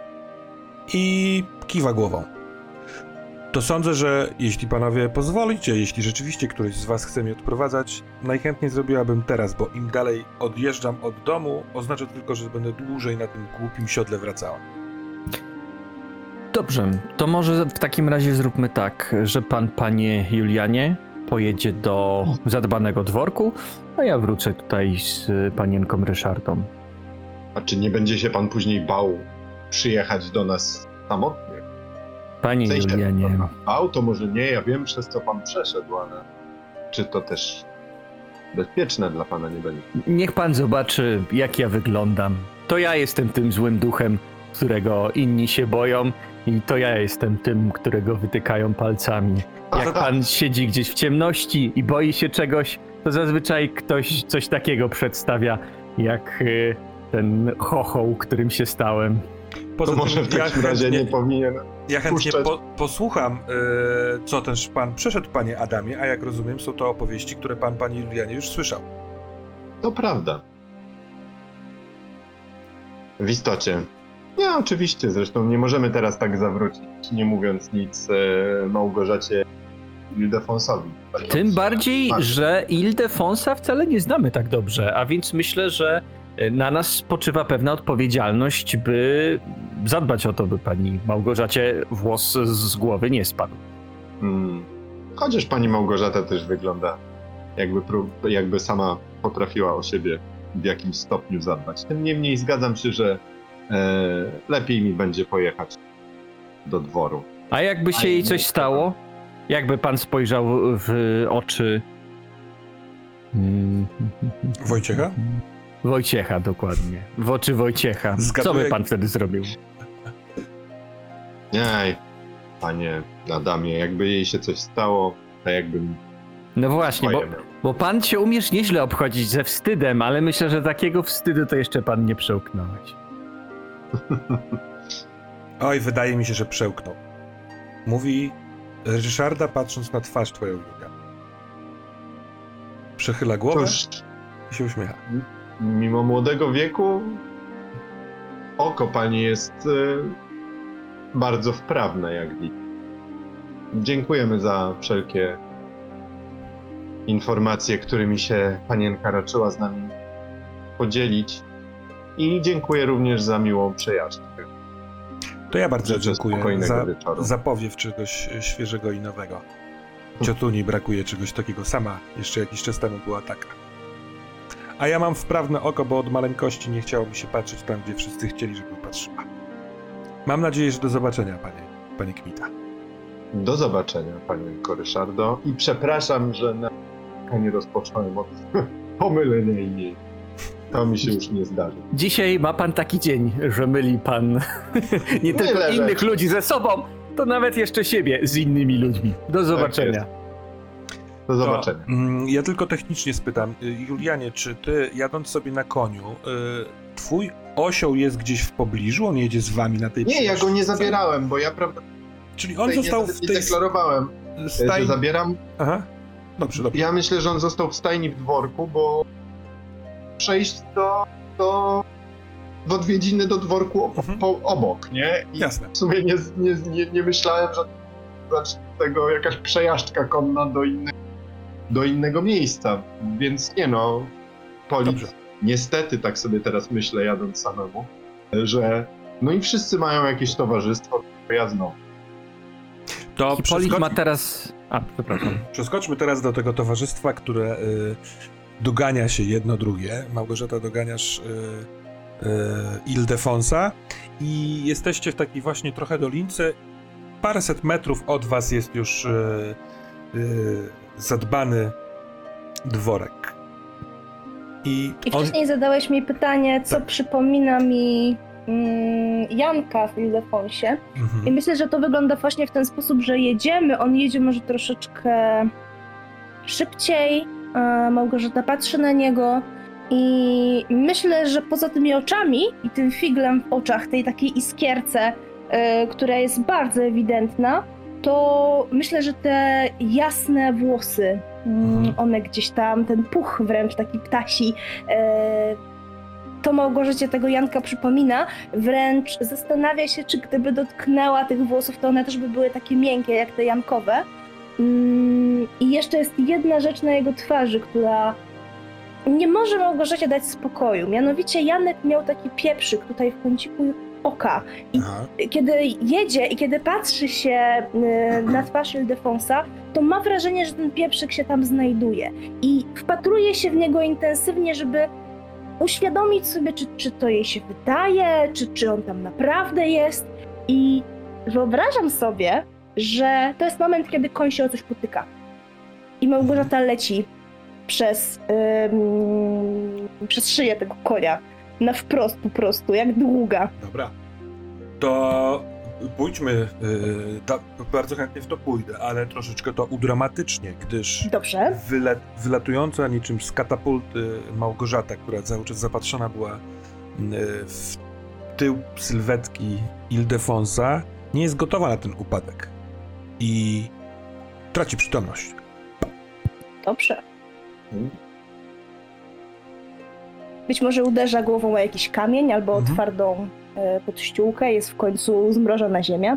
[SPEAKER 1] I kiwa głową. To sądzę, że jeśli panowie pozwolicie, jeśli rzeczywiście któryś z was chce mnie odprowadzać, najchętniej zrobiłabym teraz, bo im dalej odjeżdżam od domu, oznacza to tylko, że będę dłużej na tym głupim siodle wracała.
[SPEAKER 3] Dobrze, to może w takim razie zróbmy tak, że pan, panie Julianie, pojedzie do zadbanego dworku, a ja wrócę tutaj z panienką Ryszardą.
[SPEAKER 4] A czy nie będzie się pan później bał przyjechać do nas samotnie?
[SPEAKER 3] Panie
[SPEAKER 4] W sensie,
[SPEAKER 3] Julianie,
[SPEAKER 4] Bał to może nie, ja wiem przez co pan przeszedł, ale czy to też bezpieczne dla pana nie będzie?
[SPEAKER 3] niech pan zobaczy, jak ja wyglądam. To ja jestem tym złym duchem, którego inni się boją I to ja jestem tym, którego wytykają palcami. Jak pan siedzi gdzieś w ciemności i boi się czegoś, to zazwyczaj ktoś coś takiego przedstawia, jak y, ten chochoł, którym się stałem.
[SPEAKER 1] Poza
[SPEAKER 4] To może
[SPEAKER 1] tym
[SPEAKER 4] w takim
[SPEAKER 1] ja
[SPEAKER 4] razie
[SPEAKER 1] chętnie,
[SPEAKER 4] nie powinien.
[SPEAKER 1] ja chętnie
[SPEAKER 4] puszczać.
[SPEAKER 1] po, posłucham, e, co też pan przeszedł, panie Adamie, a jak rozumiem, są to opowieści, które pan, panie Julianie, już słyszał.
[SPEAKER 4] To prawda. W istocie. Nie, oczywiście, zresztą nie możemy teraz tak zawrócić, nie mówiąc nic e, Małgorzacie Ildefonsowi.
[SPEAKER 3] Tym bardziej,
[SPEAKER 4] Tak.
[SPEAKER 3] że Ildefonsa wcale nie znamy tak dobrze, a więc myślę, że na nas spoczywa pewna odpowiedzialność, by zadbać o to, by pani Małgorzacie włos z głowy nie spadł.
[SPEAKER 4] Hmm. Chociaż pani Małgorzata też wygląda, jakby, prób, jakby sama potrafiła o siebie w jakimś stopniu zadbać. Tym niemniej zgadzam się, że e, lepiej mi będzie pojechać do dworu.
[SPEAKER 3] A jakby się
[SPEAKER 4] A
[SPEAKER 3] jej
[SPEAKER 4] nie
[SPEAKER 3] coś
[SPEAKER 4] trzeba.
[SPEAKER 3] stało? Jakby pan spojrzał w oczy... Mm,
[SPEAKER 1] Wojciecha?
[SPEAKER 3] Wojciecha, dokładnie. W oczy Wojciecha. Co
[SPEAKER 1] Zgaduję-
[SPEAKER 3] by pan wtedy zrobił?
[SPEAKER 4] Nie, panie Adamie, jakby jej się coś stało, to jakbym
[SPEAKER 3] No właśnie, bo,
[SPEAKER 4] swoje miał.
[SPEAKER 3] bo pan się umiesz nieźle obchodzić ze wstydem, ale myślę, że takiego wstydu to jeszcze pan nie przełknąłeś.
[SPEAKER 1] Oj, wydaje mi się, że przełknął. Mówi Ryszarda, patrząc na twarz twoją, Julia. Przechyla głowę
[SPEAKER 4] Cóż,
[SPEAKER 1] i się uśmiecha.
[SPEAKER 4] mimo młodego wieku oko pani jest e, bardzo wprawne, jak widać. Dziękujemy za wszelkie informacje, którymi się panienka raczyła z nami podzielić. I dziękuję również za miłą przejażdżkę.
[SPEAKER 1] To ja bardzo
[SPEAKER 4] Życzę
[SPEAKER 1] dziękuję
[SPEAKER 4] spokojnego
[SPEAKER 1] za,
[SPEAKER 4] wieczoru.
[SPEAKER 1] za powiew czegoś świeżego i nowego. Ciotuni brakuje czegoś takiego. Sama jeszcze jakiś czas temu była taka. A ja mam wprawne oko, bo od maleńkości nie chciało mi się patrzeć tam, gdzie wszyscy chcieli, żebym patrzyła. Mam nadzieję, że do zobaczenia, panie, panie Kmita.
[SPEAKER 4] Do zobaczenia, panienko Ryszardo. I przepraszam, że na nie rozpocząłem od pomylenia imienia. To mi się już nie zdarzy.
[SPEAKER 3] Dzisiaj ma pan taki dzień, że myli pan nie tylko
[SPEAKER 4] Wiele
[SPEAKER 3] innych
[SPEAKER 4] rzeczy.
[SPEAKER 3] ludzi ze sobą, to nawet jeszcze siebie z innymi ludźmi. Do zobaczenia.
[SPEAKER 4] jest. Do zobaczenia.
[SPEAKER 1] To, mm, ja tylko technicznie spytam. Y, Julianie, czy ty jadąc sobie na koniu, y, twój osioł jest gdzieś w pobliżu? On jedzie z wami na tej
[SPEAKER 4] Nie, ja go nie
[SPEAKER 1] przejażdżce?
[SPEAKER 4] zabierałem, bo ja prawda
[SPEAKER 1] Czyli on
[SPEAKER 4] tutaj
[SPEAKER 1] został
[SPEAKER 4] nie,
[SPEAKER 1] w
[SPEAKER 4] nie
[SPEAKER 1] tej
[SPEAKER 4] deklarowałem,
[SPEAKER 1] stajni...
[SPEAKER 4] że zabieram.
[SPEAKER 1] Aha. Dobrze, dobrze.
[SPEAKER 4] Ja myślę, że on został w stajni w dworku, bo przejść do, do w odwiedziny do dworku ob,
[SPEAKER 1] Mhm.
[SPEAKER 4] po, obok, nie? I
[SPEAKER 1] Jasne.
[SPEAKER 4] w sumie nie, nie, nie, nie myślałem, że zacznę tego jakaś przejażdżka konna do, inny, do innego miejsca, więc nie no, Polit,
[SPEAKER 1] Dobrze.
[SPEAKER 4] niestety tak sobie teraz myślę jadąc samemu, że no i wszyscy mają jakieś towarzystwo, to ja znowu.
[SPEAKER 1] To
[SPEAKER 3] Hipolit ma
[SPEAKER 1] przeskoczmy,
[SPEAKER 3] teraz... A, przepraszam.
[SPEAKER 1] przeskoczmy teraz do tego towarzystwa, które y, dogania się jedno drugie. Małgorzata, doganiasz y, y, Ildefonsa i jesteście w takiej właśnie trochę dolince. Paręset metrów od was jest już y, y, zadbany dworek. I,
[SPEAKER 2] I
[SPEAKER 1] on,
[SPEAKER 2] wcześniej zadałeś mi pytanie, co
[SPEAKER 1] Tak.
[SPEAKER 2] przypomina mi mm, Janka w Ildefonsie. I
[SPEAKER 1] mhm.
[SPEAKER 2] myślę, że to wygląda właśnie w ten sposób, że jedziemy, on jedzie może troszeczkę szybciej, a Małgorzata patrzy na niego i myślę, że poza tymi oczami i tym figlem w oczach, tej takiej iskierce, y, która jest bardzo ewidentna, to myślę, że te jasne włosy, mm,
[SPEAKER 1] Mhm.
[SPEAKER 2] one gdzieś tam, ten puch wręcz taki ptasi, y, to Małgorzacie tego Janka przypomina, wręcz zastanawia się, czy gdyby dotknęła tych włosów, to one też by były takie miękkie, jak te Jankowe. Mm, I jeszcze jest jedna rzecz na jego twarzy, która nie może Małgorzacie dać spokoju. Mianowicie Janek miał taki pieprzyk tutaj w kąciku oka.
[SPEAKER 1] Aha.
[SPEAKER 2] Kiedy jedzie i kiedy patrzy się y, na twarz Ildefonsa, to ma wrażenie, że ten pieprzyk się tam znajduje. I wpatruje się w niego intensywnie, żeby uświadomić sobie, czy, czy to jej się wydaje, czy, czy on tam naprawdę jest. I wyobrażam sobie, że to jest moment, kiedy koń się o coś potyka. I Małgorzata leci przez, ym, przez szyję tego konia. Na wprost po prostu, jak długa.
[SPEAKER 1] Dobra. To pójdźmy, yy, da, bardzo chętnie w to pójdę, ale troszeczkę to udramatycznie, gdyż
[SPEAKER 2] Dobrze.
[SPEAKER 1] wyle, wylatująca niczym z katapulty Małgorzata, która cały czas zapatrzona była yy, w tył sylwetki Ildefonsa, nie jest gotowa na ten upadek i traci przytomność.
[SPEAKER 2] Dobrze. Być może uderza głową o jakiś kamień albo o
[SPEAKER 1] Mhm.
[SPEAKER 2] twardą e, podściółkę, jest w końcu zmrożona ziemia.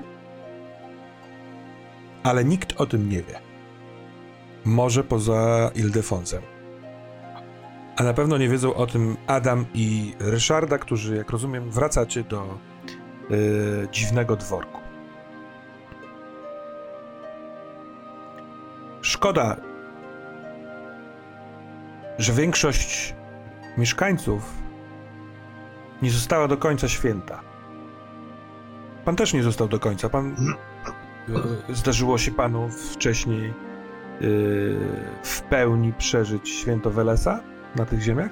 [SPEAKER 1] Ale nikt o tym nie wie. Może poza Ildefonsem. A na pewno nie wiedzą o tym Adam i Ryszarda, którzy, jak rozumiem, wracacie do yy, dziwnego dworku. Szkoda, że większość mieszkańców nie została do końca święta. Pan też nie został do końca. Pan... yy, zdarzyło się panu wcześniej yy, w pełni przeżyć święto Welesa na tych ziemiach?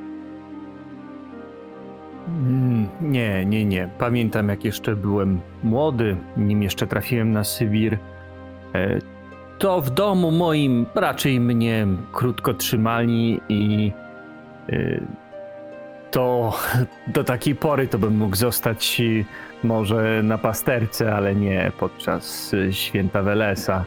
[SPEAKER 3] Mm, Nie, nie, nie. Pamiętam, jak jeszcze byłem młody, nim jeszcze trafiłem na Sybir. E, To w domu moim raczej mnie krótko trzymali i e, to do takiej pory to bym mógł zostać e, może na pasterce, ale nie podczas e, święta Welesa.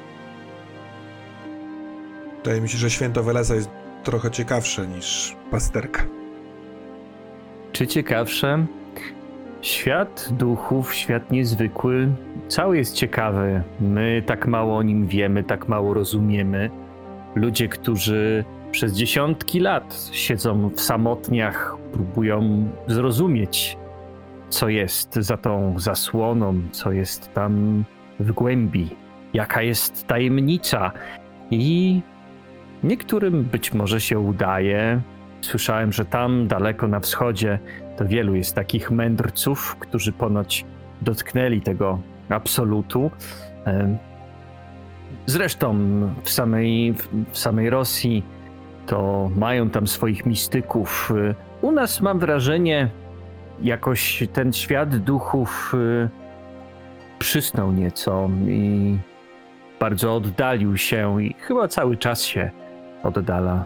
[SPEAKER 1] Wydaje mi się, że święto Welesa jest trochę ciekawsze niż pasterka.
[SPEAKER 3] Czy ciekawsze? Świat duchów, świat niezwykły, cały jest ciekawy. My tak mało o nim wiemy, tak mało rozumiemy. Ludzie, którzy przez dziesiątki lat siedzą w samotniach, próbują zrozumieć, co jest za tą zasłoną, co jest tam w głębi, jaka jest tajemnica. I niektórym być może się udaje. Słyszałem, że tam daleko na wschodzie to wielu jest takich mędrców, którzy ponoć dotknęli tego absolutu. Em, Zresztą w samej, w samej Rosji to mają tam swoich mistyków. U nas mam wrażenie, jakoś ten świat duchów y, przysnął nieco i bardzo oddalił się i chyba cały czas się oddala.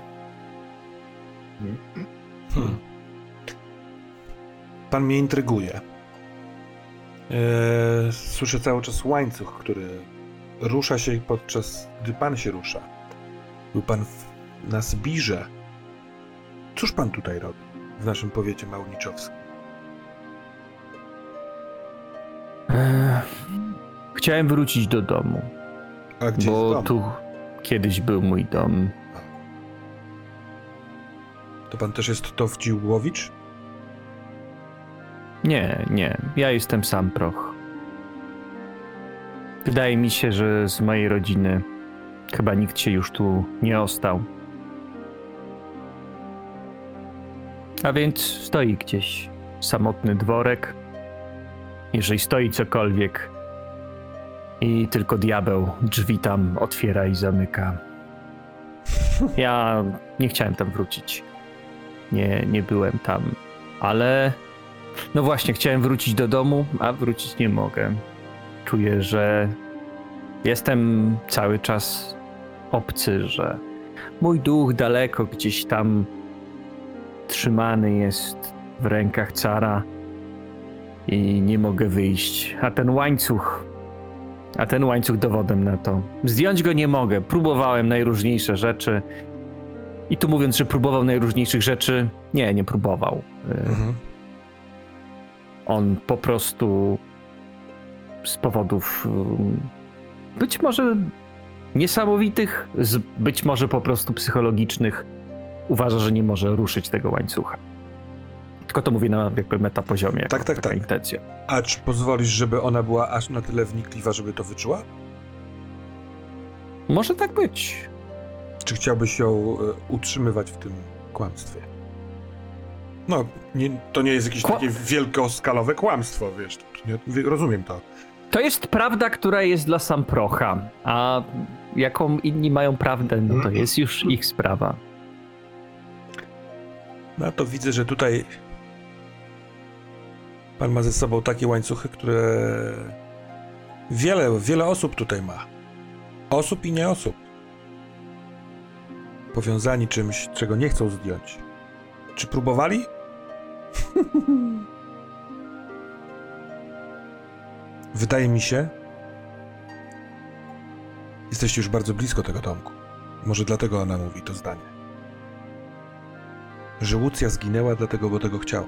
[SPEAKER 1] Hmm. Pan mnie intryguje. Eee, słyszę cały czas łańcuch, który rusza się podczas gdy pan się rusza. Był pan w, na Sybirze. Cóż pan tutaj robi w naszym powiecie małniczowskim?
[SPEAKER 3] Eee, Chciałem wrócić do domu,
[SPEAKER 1] A gdzie
[SPEAKER 3] bo
[SPEAKER 1] jest dom?
[SPEAKER 3] tu kiedyś był mój dom.
[SPEAKER 1] To pan też jest Towdziłowicz?
[SPEAKER 3] Nie, nie, ja jestem sam proch. Wydaje mi się, że z mojej rodziny chyba nikt się już tu nie ostał. A więc stoi gdzieś samotny dworek. Jeżeli stoi cokolwiek i tylko diabeł drzwi tam otwiera i zamyka. Ja nie chciałem tam wrócić. Nie, nie byłem tam, ale no właśnie, chciałem wrócić do domu, a wrócić nie mogę. Czuję, że jestem cały czas obcy, że mój duch daleko gdzieś tam trzymany jest w rękach cara i nie mogę wyjść. A ten łańcuch, a ten łańcuch dowodem na to. Zdjąć go nie mogę. Próbowałem najróżniejsze rzeczy. I tu mówiąc, że próbował najróżniejszych rzeczy, nie, nie próbował.
[SPEAKER 1] Mhm.
[SPEAKER 3] On po prostu z powodów um, być może niesamowitych, z być może po prostu psychologicznych uważa, że nie może ruszyć tego łańcucha. Tylko to mówię na jakby metapoziomie.
[SPEAKER 1] Tak, tak,
[SPEAKER 3] taka
[SPEAKER 1] tak.
[SPEAKER 3] intencja.
[SPEAKER 1] A czy pozwolisz, żeby ona była aż na tyle wnikliwa, żeby to wyczuła?
[SPEAKER 3] Może tak być.
[SPEAKER 1] Czy chciałbyś ją e, utrzymywać w tym kłamstwie? No, nie, to nie jest jakieś
[SPEAKER 3] Kła-
[SPEAKER 1] takie wielkoskalowe kłamstwo, wiesz. Nie, wie- rozumiem to.
[SPEAKER 3] To jest prawda, która jest dla sam procha, a jaką inni mają prawdę, no to jest już ich sprawa.
[SPEAKER 1] No to widzę, że tutaj pan ma ze sobą takie łańcuchy, które Wiele, wiele osób tutaj ma. Osób i nie osób. Powiązani czymś, czego nie chcą zdjąć. Czy próbowali? Wydaje mi się, jesteście już bardzo blisko tego domku. Może dlatego ona mówi to zdanie. Że Łucja zginęła dlatego, bo tego chciała.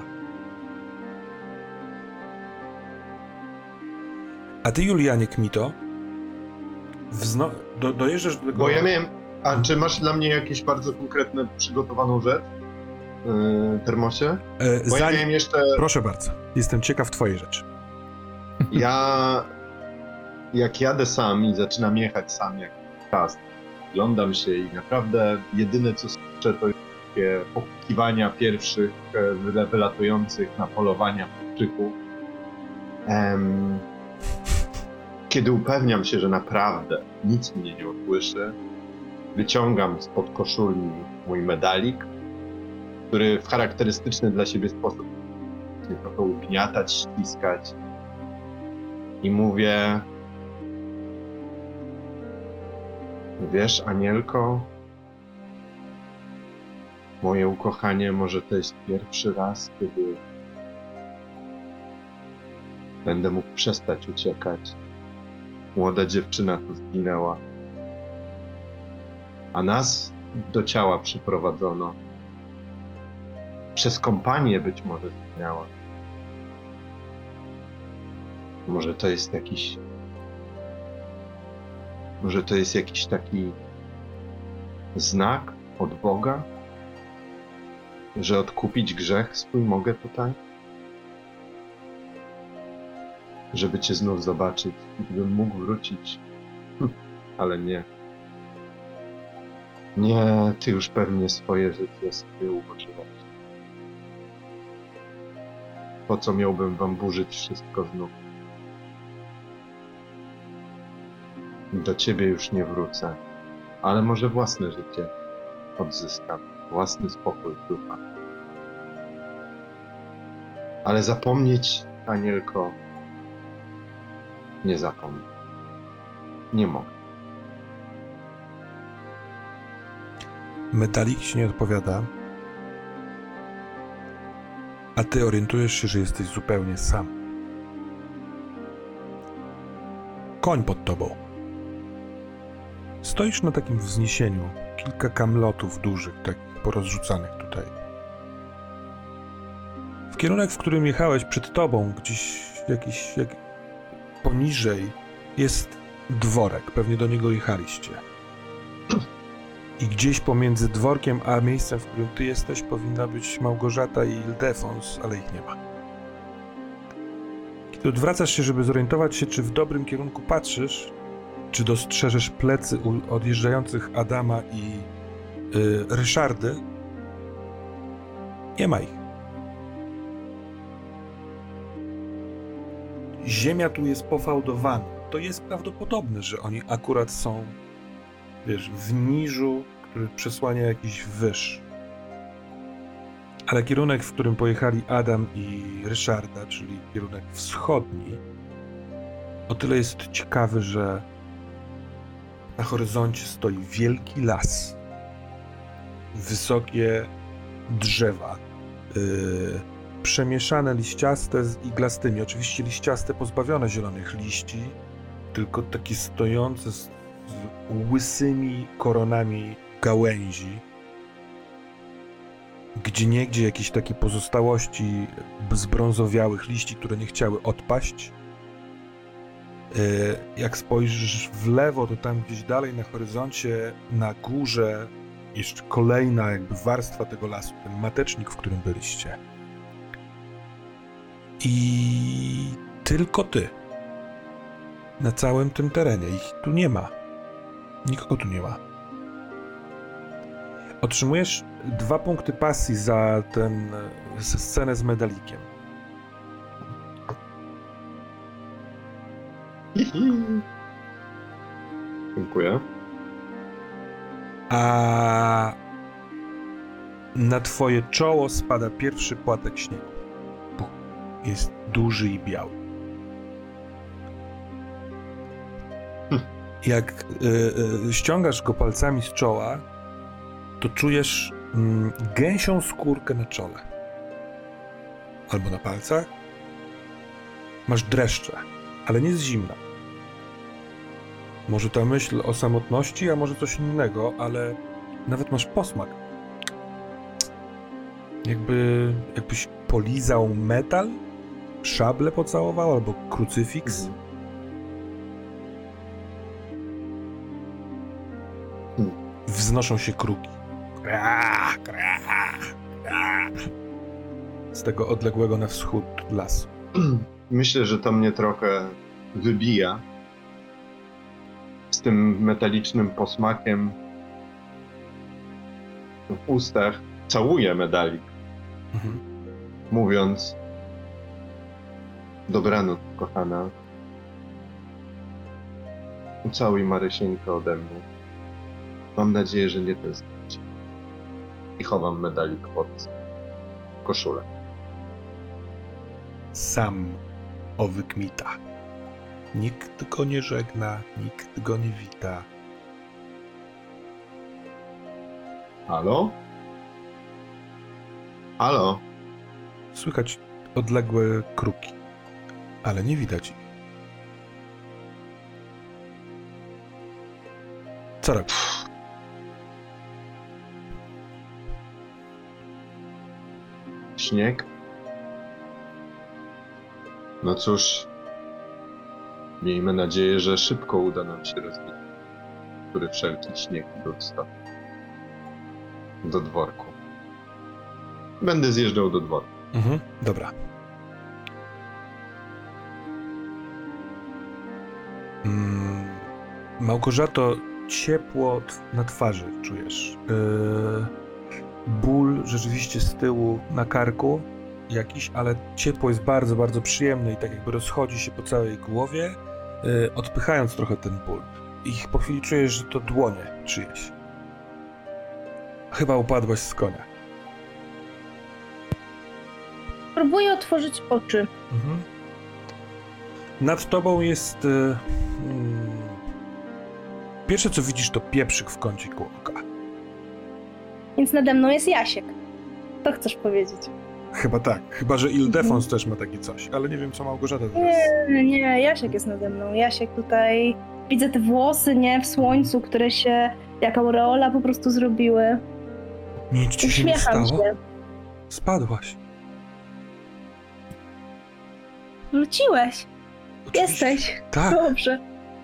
[SPEAKER 1] A ty, Julianie Kmito, wzno- do, dojeżdżasz do tego...
[SPEAKER 4] Bo ja miałem... A czy masz dla mnie jakieś bardzo konkretne przygotowaną rzecz? Yy, termosie?
[SPEAKER 1] E,
[SPEAKER 4] Bo ja
[SPEAKER 1] zanim...
[SPEAKER 4] miałem jeszcze...
[SPEAKER 1] Proszę bardzo, jestem ciekaw twojej rzeczy.
[SPEAKER 4] Ja... Jak jadę sam i zaczynam jechać sam jak czas, oglądam się i naprawdę jedyne co słyszę to takie pokukiwania pierwszych e, wyle- wylatujących na polowania pszczyków. Em, kiedy upewniam się, że naprawdę nic mnie nie usłyszy, wyciągam spod koszuli mój medalik, który w charakterystyczny dla siebie sposób się trochę ugniatać, ściskać i mówię: wiesz, Anielko, moje ukochanie, może to jest pierwszy raz, kiedy będę mógł przestać uciekać. Młoda dziewczyna tu zginęła, a nas do ciała przyprowadzono. Przez kompanię być może zginęła. Może to jest jakiś... Może to jest jakiś taki znak od Boga, że odkupić grzech swój mogę tutaj? Żeby cię znów zobaczyć, gdybym mógł wrócić. Hm, ale nie. Nie, ty już pewnie swoje życie sobie ułożyłeś. Po co miałbym wam burzyć wszystko znów? Do ciebie już nie wrócę, ale może własne życie odzyskam, własny spokój ducha. Ale zapomnieć, Anielko, nie zapomnę. Nie mogę.
[SPEAKER 1] Medalik ci nie odpowiada, a ty orientujesz się, że jesteś zupełnie sam. Koń pod tobą. Stoisz na takim wzniesieniu, kilka kamlotów dużych, takich porozrzucanych tutaj. W kierunek, w którym jechałeś przed tobą, gdzieś jakiś, jak... poniżej, jest dworek, pewnie do niego jechaliście. I gdzieś pomiędzy dworkiem a miejscem, w którym ty jesteś, powinna być Małgorzata i Ildefons, ale ich nie ma. Kiedy odwracasz się, żeby zorientować się, czy w dobrym kierunku patrzysz, czy dostrzeżesz plecy u odjeżdżających Adama i y, Ryszardy, nie ma ich. Ziemia tu jest pofałdowana. To jest prawdopodobne, że oni akurat są, wiesz, w niżu, który przesłania jakiś wyż. Ale kierunek, w którym pojechali Adam i Ryszarda, czyli kierunek wschodni, o tyle jest ciekawy, że na horyzoncie stoi wielki las. Wysokie drzewa, yy, przemieszane liściaste z iglastymi. Oczywiście liściaste pozbawione zielonych liści, tylko takie stojące z, z łysymi koronami gałęzi. Gdzieniegdzie jakieś takie pozostałości zbrązowiałych liści, które nie chciały odpaść. Jak spojrzysz w lewo, to tam gdzieś dalej na horyzoncie, na górze, jeszcze kolejna jakby warstwa tego lasu, ten matecznik, w którym byliście. I tylko ty. Na całym tym terenie. Ich tu nie ma. Nikogo tu nie ma. Otrzymujesz dwa punkty pasji za ten, za scenę z medalikiem.
[SPEAKER 4] Dziękuję.
[SPEAKER 1] A na twoje czoło spada pierwszy płatek śniegu. Jest duży i biały. Jak y, y, ściągasz go palcami z czoła, to czujesz mm, gęsią skórkę na czole. Albo na palcach. Masz dreszcze, ale nie z zimna. Może ta myśl o samotności, a może coś innego, ale nawet masz posmak. Jakby, jakbyś polizał metal, szable pocałował albo krucyfiks. Wznoszą się kruki. Kra, kra, kra. Z tego odległego na wschód lasu.
[SPEAKER 4] Myślę, że to mnie trochę wybija. Z tym metalicznym posmakiem w ustach całuję medalik,
[SPEAKER 1] Mhm.
[SPEAKER 4] mówiąc: dobranoc, kochana. Ucałuj Marysieńkę ode mnie. Mam nadzieję, że nie tęsknicie. I chowam medalik pod koszulę.
[SPEAKER 1] Sam owy kmita. Nikt go nie żegna, nikt go nie wita.
[SPEAKER 4] Halo? Halo?
[SPEAKER 1] Słychać odległe kruki, ale nie widać ich. Co robisz?
[SPEAKER 4] Śnieg? No cóż, miejmy nadzieję, że szybko uda nam się rozbić, który wszelki śnieg dostał do dworku. Będę zjeżdżał do dworku.
[SPEAKER 1] Mhm, dobra. Mm, Małgorzato, ciepło t- na twarzy czujesz. Yy, ból rzeczywiście z tyłu na karku jakiś, ale ciepło jest bardzo, bardzo przyjemne i tak jakby rozchodzi się po całej głowie, yy, odpychając trochę ten ból. I po chwili czujesz, że to dłonie czyjeś. Chyba upadłaś z konia.
[SPEAKER 2] Próbuję otworzyć oczy.
[SPEAKER 1] Mhm. Nad tobą jest... y, mm, Pierwsze co widzisz to pieprzyk w kąciku oka.
[SPEAKER 2] Więc nade mną jest Jasiek. Co chcesz powiedzieć?
[SPEAKER 1] Chyba tak. Chyba, że Ildefons też ma takie coś, ale nie wiem co Małgorzata teraz...
[SPEAKER 2] Nie, nie, Jasiek jest nade mną. Jasiek tutaj... Widzę te włosy, nie? W słońcu, które się jak aureola po prostu zrobiły.
[SPEAKER 1] Nic ci się nie
[SPEAKER 2] Uśmiecham
[SPEAKER 1] stało?
[SPEAKER 2] się.
[SPEAKER 1] Spadłaś.
[SPEAKER 2] Wróciłeś.
[SPEAKER 1] Oczywiście.
[SPEAKER 2] Jesteś.
[SPEAKER 1] Tak.
[SPEAKER 2] Dobrze.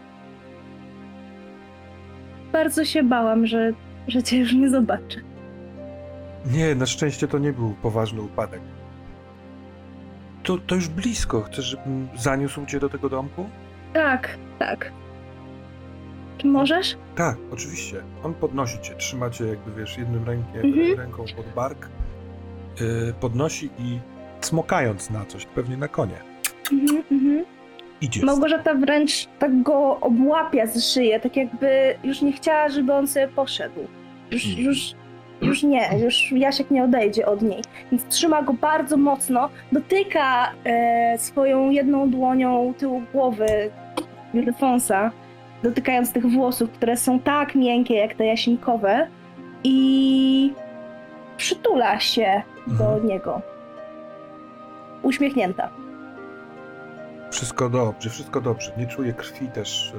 [SPEAKER 2] Bardzo się bałam, że, że cię już nie zobaczę.
[SPEAKER 1] Nie, na szczęście to nie był poważny upadek. To, to już blisko. Chcesz, żebym zaniósł cię do tego domku?
[SPEAKER 2] Tak, tak. Czy możesz?
[SPEAKER 1] Tak, oczywiście. On podnosi cię, trzyma cię jakby, wiesz, jednym rękiem,
[SPEAKER 2] Mhm.
[SPEAKER 1] ręką pod bark. Yy, podnosi i cmokając na coś, pewnie na konie,
[SPEAKER 2] Mhm, mhm.
[SPEAKER 1] idzie.
[SPEAKER 2] Małgorzata wręcz tak go obłapia z szyję, tak jakby już nie chciała, żeby on sobie poszedł. Już,
[SPEAKER 1] Mhm.
[SPEAKER 2] już, już nie, już Jasiek nie odejdzie od niej. Więc trzyma go bardzo mocno, dotyka e, swoją jedną dłonią tyłu głowy Ildefonsa, dotykając tych włosów, które są tak miękkie jak te jaśnikowe i przytula się do
[SPEAKER 1] Mhm.
[SPEAKER 2] niego. Uśmiechnięta.
[SPEAKER 1] Wszystko dobrze, wszystko dobrze. Nie czuję krwi też.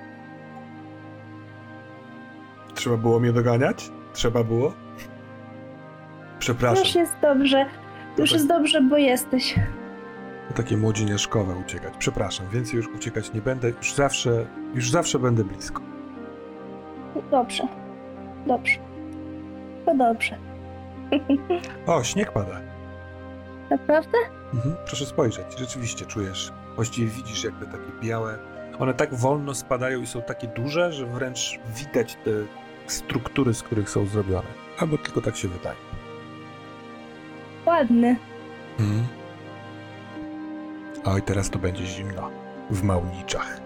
[SPEAKER 1] y. Trzeba było mnie doganiać? Trzeba było? Przepraszam.
[SPEAKER 2] Już jest dobrze, już
[SPEAKER 1] tak-
[SPEAKER 2] jest dobrze, bo jesteś.
[SPEAKER 1] Takie młodzieniaszkowe uciekać. Przepraszam, więcej już uciekać nie będę. Już zawsze, już zawsze będę blisko.
[SPEAKER 2] Dobrze, dobrze. To dobrze.
[SPEAKER 1] O, śnieg pada.
[SPEAKER 2] Naprawdę?
[SPEAKER 1] Mhm, proszę spojrzeć. Rzeczywiście czujesz. Właściwie widzisz jak te takie białe. One tak wolno spadają i są takie duże, że wręcz widać te struktury, z których są zrobione. Albo tylko tak się wydaje.
[SPEAKER 2] Ładny.
[SPEAKER 1] Mhm. Oj, teraz to będzie zimno. W Małniczach.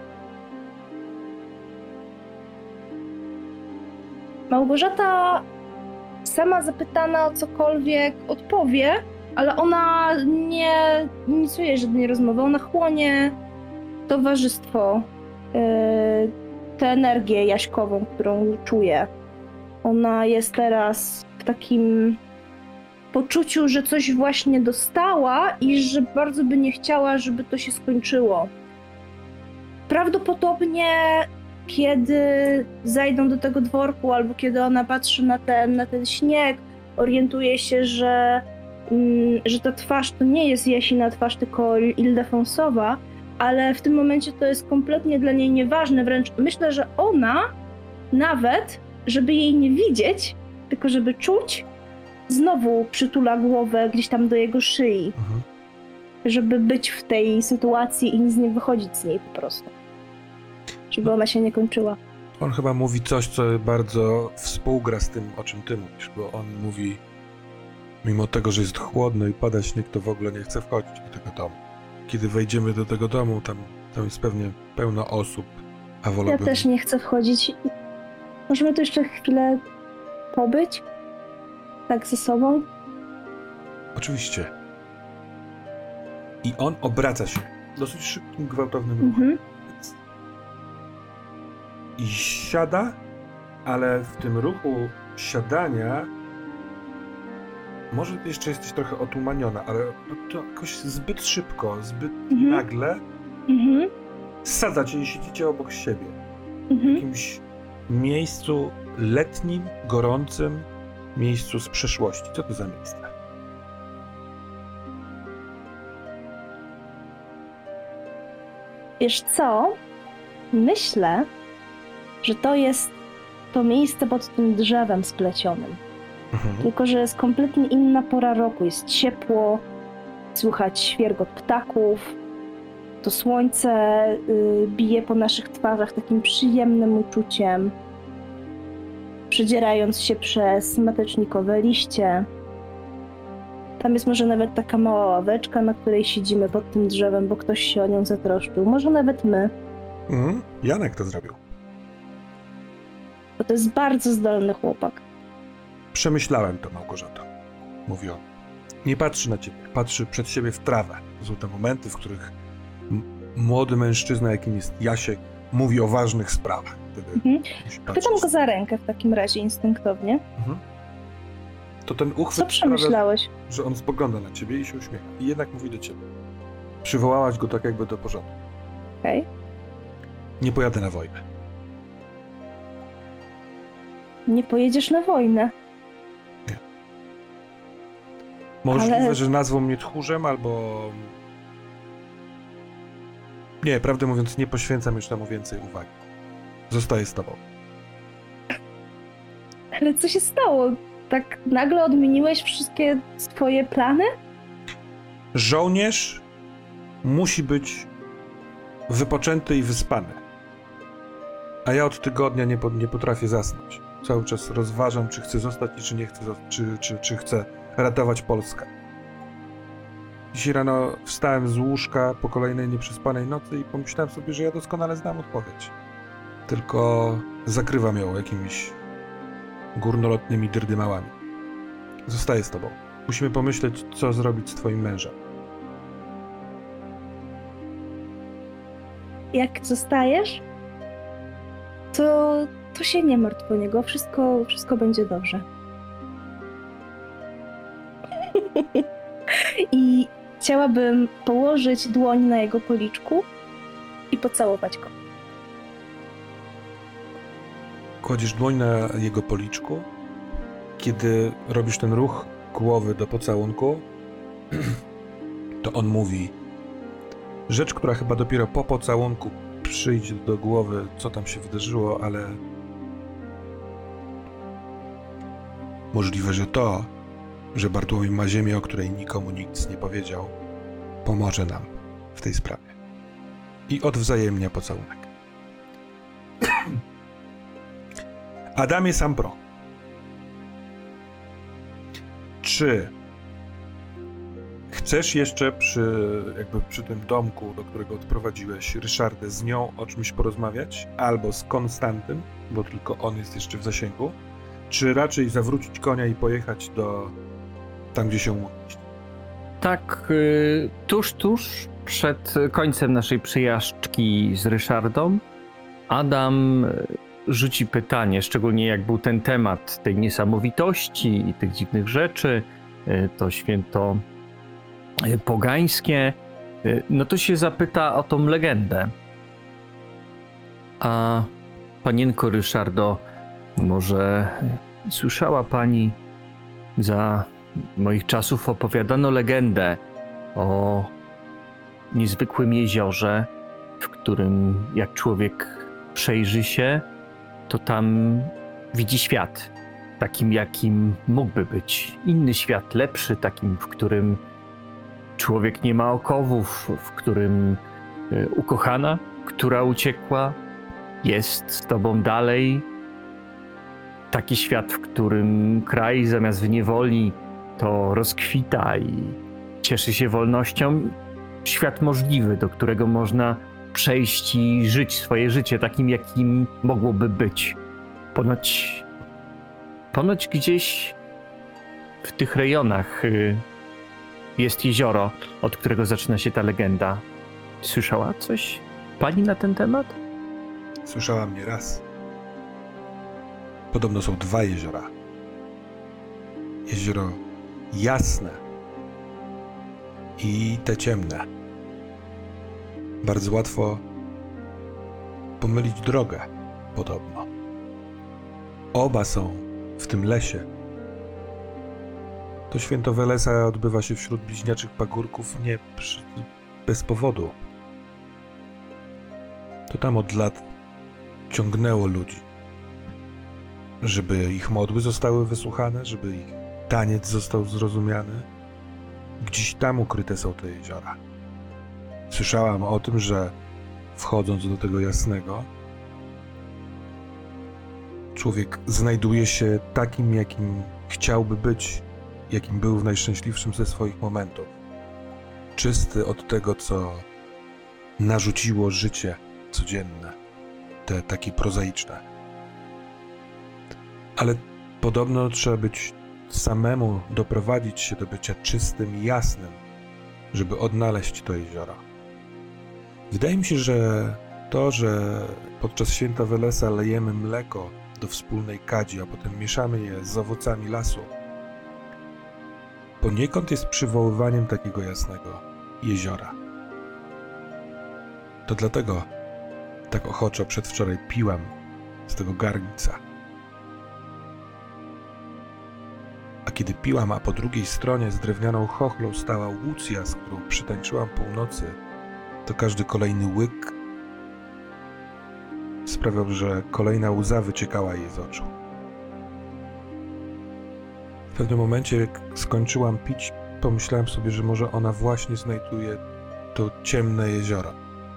[SPEAKER 2] Małgorzata sama zapytana o cokolwiek odpowie, ale ona nie inicjuje żadnej rozmowy. Ona chłonie towarzystwo yy, tę energię jaśkową, którą czuję. Ona jest teraz w takim poczuciu, że coś właśnie dostała i że bardzo by nie chciała, żeby to się skończyło. Prawdopodobnie kiedy zajdą do tego dworku, albo kiedy ona patrzy na ten, na ten śnieg, orientuje się, że, mm, że ta twarz to nie jest Jasina twarz, tylko Ildefonsowa, ale w tym momencie to jest kompletnie dla niej nieważne, wręcz myślę, że ona nawet, żeby jej nie widzieć, tylko żeby czuć, znowu przytula głowę gdzieś tam do jego szyi,
[SPEAKER 1] Mhm.
[SPEAKER 2] żeby być w tej sytuacji i nic nie wychodzić z niej po prostu. Żeby ona się nie kończyła.
[SPEAKER 1] On chyba mówi coś, co bardzo współgra z tym, o czym ty mówisz, bo on mówi, mimo tego, że jest chłodno i pada śnieg, to w ogóle nie chce wchodzić do tego domu. Kiedy wejdziemy do tego domu, tam, tam jest pewnie pełno osób, a
[SPEAKER 2] Ja
[SPEAKER 1] wolałbym...
[SPEAKER 2] też nie chcę wchodzić. Możemy tu jeszcze chwilę pobyć? Tak ze sobą?
[SPEAKER 1] Oczywiście. I on obraca się dosyć szybkim, gwałtownym ruchem.
[SPEAKER 2] Mhm.
[SPEAKER 1] I siada, ale w tym ruchu siadania może ty jeszcze jesteś trochę otumaniona, ale to jakoś zbyt szybko, zbyt
[SPEAKER 2] Mhm.
[SPEAKER 1] nagle
[SPEAKER 2] Mhm.
[SPEAKER 1] sadza cię i siedzicie obok siebie. W
[SPEAKER 2] Mhm.
[SPEAKER 1] jakimś miejscu letnim, gorącym, miejscu z przeszłości. Co to za miejsce?
[SPEAKER 2] Wiesz co? Myślę, że to jest to miejsce pod tym drzewem splecionym.
[SPEAKER 1] Mhm.
[SPEAKER 2] Tylko że jest kompletnie inna pora roku. Jest ciepło, słychać świergot ptaków. To słońce y, bije po naszych twarzach takim przyjemnym uczuciem, przedzierając się przez matecznikowe liście. Tam jest może nawet taka mała ławeczka, na której siedzimy pod tym drzewem, bo ktoś się o nią zatroszczył. Może nawet my,
[SPEAKER 1] Mhm. Janek to zrobił.
[SPEAKER 2] bo to jest bardzo zdolny chłopak.
[SPEAKER 1] Przemyślałem to, Małgorzato, mówi on. Nie patrzy na ciebie, patrzy przed siebie w trawę. To są te momenty, w których m- młody mężczyzna, jakim jest Jasiek, mówi o ważnych sprawach. Wtedy
[SPEAKER 2] Mhm.
[SPEAKER 1] musi patrzeć.
[SPEAKER 2] Pytam go za rękę w takim razie instynktownie.
[SPEAKER 1] Mhm. To ten
[SPEAKER 2] Co
[SPEAKER 1] uchwyt
[SPEAKER 2] przemyślałeś?
[SPEAKER 1] sprawia, że on spogląda na ciebie i się uśmiecha. I jednak mówi do ciebie. Przywołałaś go tak jakby do porządku.
[SPEAKER 2] Okej.
[SPEAKER 1] Nie pojadę na wojnę.
[SPEAKER 2] Nie pojedziesz na wojnę.
[SPEAKER 1] Możliwe,
[SPEAKER 2] Ale-
[SPEAKER 1] że nazwą mnie tchórzem, albo... Nie, prawdę mówiąc, nie poświęcam już temu więcej uwagi. Zostaję z tobą.
[SPEAKER 2] Ale co się stało? Tak nagle odmieniłeś wszystkie swoje plany?
[SPEAKER 1] Żołnierz musi być wypoczęty i wyspany. A ja od tygodnia nie, po, nie potrafię zasnąć. Cały czas rozważam, czy chcę zostać i czy nie chcę, zos- czy, czy, czy chcę ratować Polskę. Dzisiaj rano wstałem z łóżka po kolejnej nieprzespanej nocy i pomyślałem sobie, że ja doskonale znam odpowiedź. Tylko zakrywam ją jakimiś górnolotnymi dyrdymałami. Zostaję z tobą. Musimy pomyśleć, co zrobić z twoim mężem.
[SPEAKER 2] Jak zostajesz, to, to się nie martw o niego. Wszystko, wszystko będzie dobrze. I chciałabym położyć dłoń na jego policzku i pocałować go.
[SPEAKER 1] Kładziesz dłoń na jego policzku. Kiedy robisz ten ruch głowy do pocałunku, to on mówi rzecz, która chyba dopiero po pocałunku przyjdzie do głowy, co tam się wydarzyło, ale możliwe, że to, że Bartłomiej ma ziemię, o której nikomu nic nie powiedział, pomoże nam w tej sprawie. I odwzajemnia pocałunek. Adamie Sampro, czy chcesz jeszcze przy, jakby przy tym domku, do którego odprowadziłeś Ryszardę, z nią o czymś porozmawiać? Albo z Konstantym, bo tylko on jest jeszcze w zasięgu? Czy raczej zawrócić konia i pojechać do tam, gdzie się umówić?
[SPEAKER 3] Tak, y, tuż, tuż przed końcem naszej przejażdżki z Ryszardą Adam rzuci pytanie, szczególnie jak był ten temat tej niesamowitości i tych dziwnych rzeczy, to święto pogańskie, no to się zapyta o tą legendę. A panienko Ryszardo, może słyszała pani, za moich czasów opowiadano legendę o niezwykłym jeziorze, w którym jak człowiek przejrzy się, to tam widzi świat, takim jakim mógłby być. Inny świat, lepszy, takim, w którym człowiek nie ma okowów, w którym y, ukochana, która uciekła, jest z tobą dalej. Taki świat, w którym kraj zamiast w niewoli to rozkwita i cieszy się wolnością. Świat możliwy, do którego można przejść i żyć swoje życie takim, jakim mogłoby być. Ponoć, ponoć gdzieś w tych rejonach y, jest jezioro, od którego zaczyna się ta legenda. Słyszała coś pani na ten temat?
[SPEAKER 1] Słyszałam nieraz. Podobno są dwa jeziora. Jezioro jasne i te ciemne. Bardzo łatwo pomylić drogę, podobno. Oba są w tym lesie. To święto Welesa odbywa się wśród bliźniaczych pagórków nie przy, bez powodu. To tam od lat ciągnęło ludzi, żeby ich modły zostały wysłuchane, żeby ich taniec został zrozumiany. Gdzieś tam ukryte są te jeziora. Słyszałam o tym, że wchodząc do tego jasnego, człowiek znajduje się takim, jakim chciałby być, jakim był w najszczęśliwszym ze swoich momentów. Czysty od tego, co narzuciło życie codzienne, te takie prozaiczne. Ale podobno trzeba być samemu, doprowadzić się do bycia czystym i jasnym, żeby odnaleźć to jezioro. Wydaje mi się, że to, że podczas święta Welesa lejemy mleko do wspólnej kadzi, a potem mieszamy je z owocami lasu, poniekąd jest przywoływaniem takiego jasnego jeziora. To dlatego tak ochoczo przedwczoraj piłam z tego garnca. A kiedy piłam, a po drugiej stronie z drewnianą chochlą stała Łucja, z którą przytańczyłam północy, to każdy kolejny łyk sprawiał, że kolejna łza wyciekała jej z oczu. W pewnym momencie, jak skończyłam pić, pomyślałem sobie, że może ona właśnie znajduje to ciemne jezioro.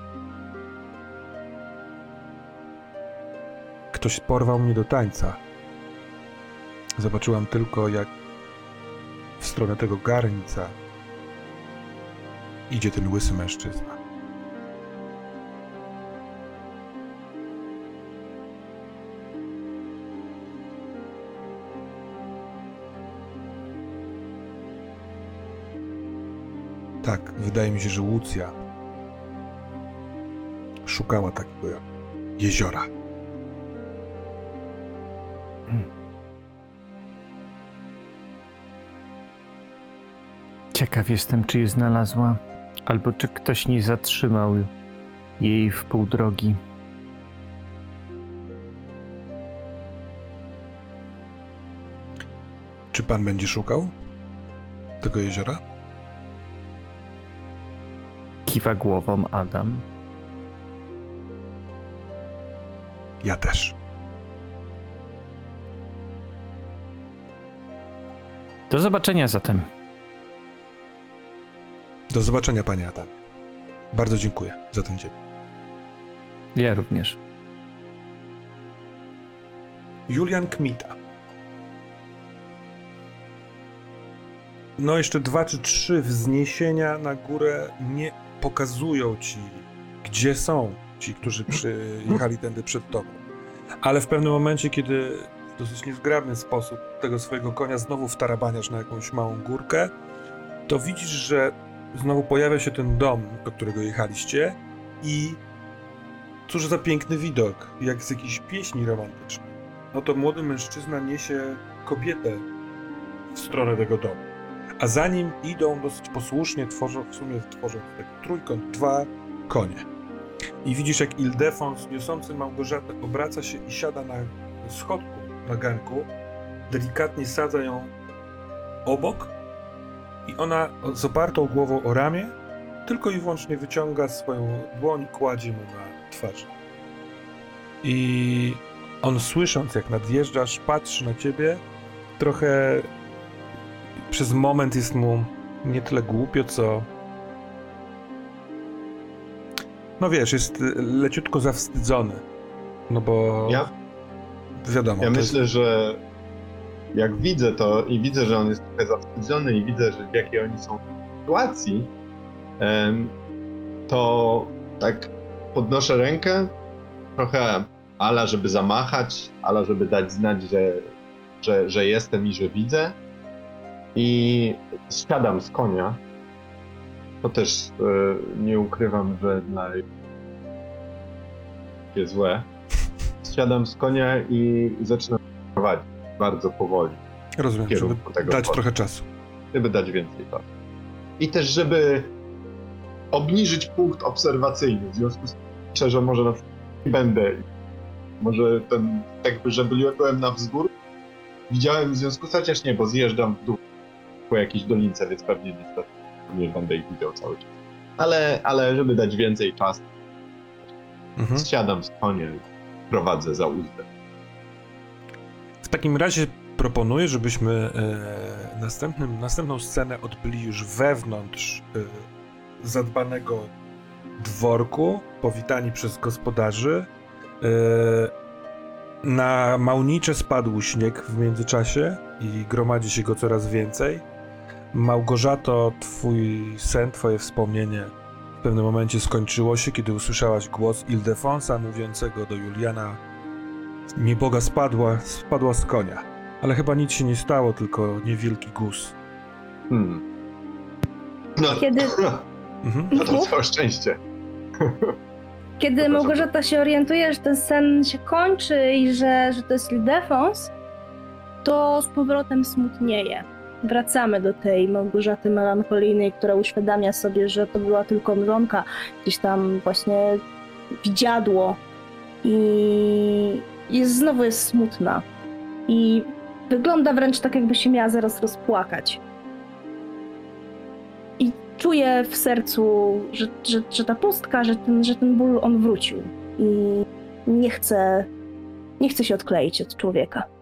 [SPEAKER 1] Ktoś porwał mnie do tańca. Zobaczyłam tylko, jak w stronę tego garnca idzie ten łysy mężczyzna. Tak, wydaje mi się, że Łucja szukała takiego jeziora.
[SPEAKER 3] Ciekaw jestem, czy je znalazła, albo czy ktoś nie zatrzymał jej w pół drogi.
[SPEAKER 1] Czy pan będzie szukał tego jeziora?
[SPEAKER 3] Kiwa głową Adam.
[SPEAKER 1] Ja też.
[SPEAKER 3] Do zobaczenia zatem.
[SPEAKER 1] Do zobaczenia, panie Adamie. Bardzo dziękuję za ten dzień.
[SPEAKER 3] Ja również.
[SPEAKER 1] Julian Kmita. No jeszcze dwa czy trzy wzniesienia na górę nie pokazują ci, gdzie są ci, którzy przyjechali tędy przed tobą. Ale w pewnym momencie, kiedy w dosyć niezgrabny sposób tego swojego konia znowu wtarabaniasz na jakąś małą górkę, to widzisz, że znowu pojawia się ten dom, do którego jechaliście i Cóż za piękny widok, jak z jakiejś pieśni romantycznej. Oto młody mężczyzna niesie kobietę w stronę tego domu. A za nim idą dosyć posłusznie, tworzą, w sumie tworzą taki trójkąt, dwa konie. I widzisz, jak Ildefons niosący Małgorzatę obraca się i siada na schodku, na ganku, delikatnie sadza ją obok i ona z opartą głową o ramię tylko i wyłącznie wyciąga swoją dłoń i kładzie mu na twarz. I on, słysząc, jak nadjeżdżasz, patrzy na ciebie, trochę przez moment jest mu nie tyle głupio, co... No wiesz, jest leciutko zawstydzony. No bo...
[SPEAKER 4] Ja,
[SPEAKER 1] Wiadomo.
[SPEAKER 4] ja
[SPEAKER 1] to
[SPEAKER 4] myślę,
[SPEAKER 1] jest...
[SPEAKER 4] że jak widzę to i widzę, że on jest trochę zawstydzony i widzę, że w jakiej oni są sytuacji, em, to tak podnoszę rękę, trochę ala, żeby zamachać, ala, żeby dać znać, że, że, że jestem i że widzę. I zsiadam z konia. To też e, nie ukrywam, że dla jest złe. Zsiadam z konia i zaczynam prowadzić bardzo powoli.
[SPEAKER 1] Rozumiem,
[SPEAKER 4] w
[SPEAKER 1] żeby
[SPEAKER 4] kierunku tego
[SPEAKER 1] dać
[SPEAKER 4] portu.
[SPEAKER 1] trochę czasu.
[SPEAKER 4] Żeby dać więcej czasu. I też, żeby obniżyć punkt obserwacyjny. W związku z tym, że może na przykład nie będę. Może ten, jakby, że byłem na wzgórzu, widziałem w związku z tym, chociaż nie, bo zjeżdżam w dół po jakiejś dolince, więc pewnie niestety nie będę ich widział cały czas. Ale, ale żeby dać więcej czasu,
[SPEAKER 1] Mhm.
[SPEAKER 4] zsiadam z konia i prowadzę za uzdę.
[SPEAKER 1] W takim razie proponuję, żebyśmy e, następnym, następną scenę odbyli już wewnątrz e, zadbanego dworku, powitani przez gospodarzy. E, na Małnicze spadł śnieg w międzyczasie i gromadzi się go coraz więcej. Małgorzato, twój sen, twoje wspomnienie w pewnym momencie skończyło się, kiedy usłyszałaś głos Ildefonsa mówiącego do Juliana: nieboga spadła, spadła z konia. Ale chyba nic się nie stało, tylko niewielki guz.
[SPEAKER 4] Hmm. No,
[SPEAKER 2] Kiedy,
[SPEAKER 1] Mhm.
[SPEAKER 4] no to całe szczęście.
[SPEAKER 2] kiedy Małgorzata się orientuje, że ten sen się kończy i że, że to jest Ildefons, to z powrotem smutnieje. Wracamy do tej Małgorzaty melancholijnej, która uświadamia sobie, że to była tylko mrzonka, gdzieś tam właśnie widziadło i jest, znowu jest smutna. I wygląda wręcz tak, jakby się miała zaraz rozpłakać. I czuje w sercu, że, że, że ta pustka, że ten, że ten ból on wrócił. I nie chce, nie chce się odkleić od człowieka.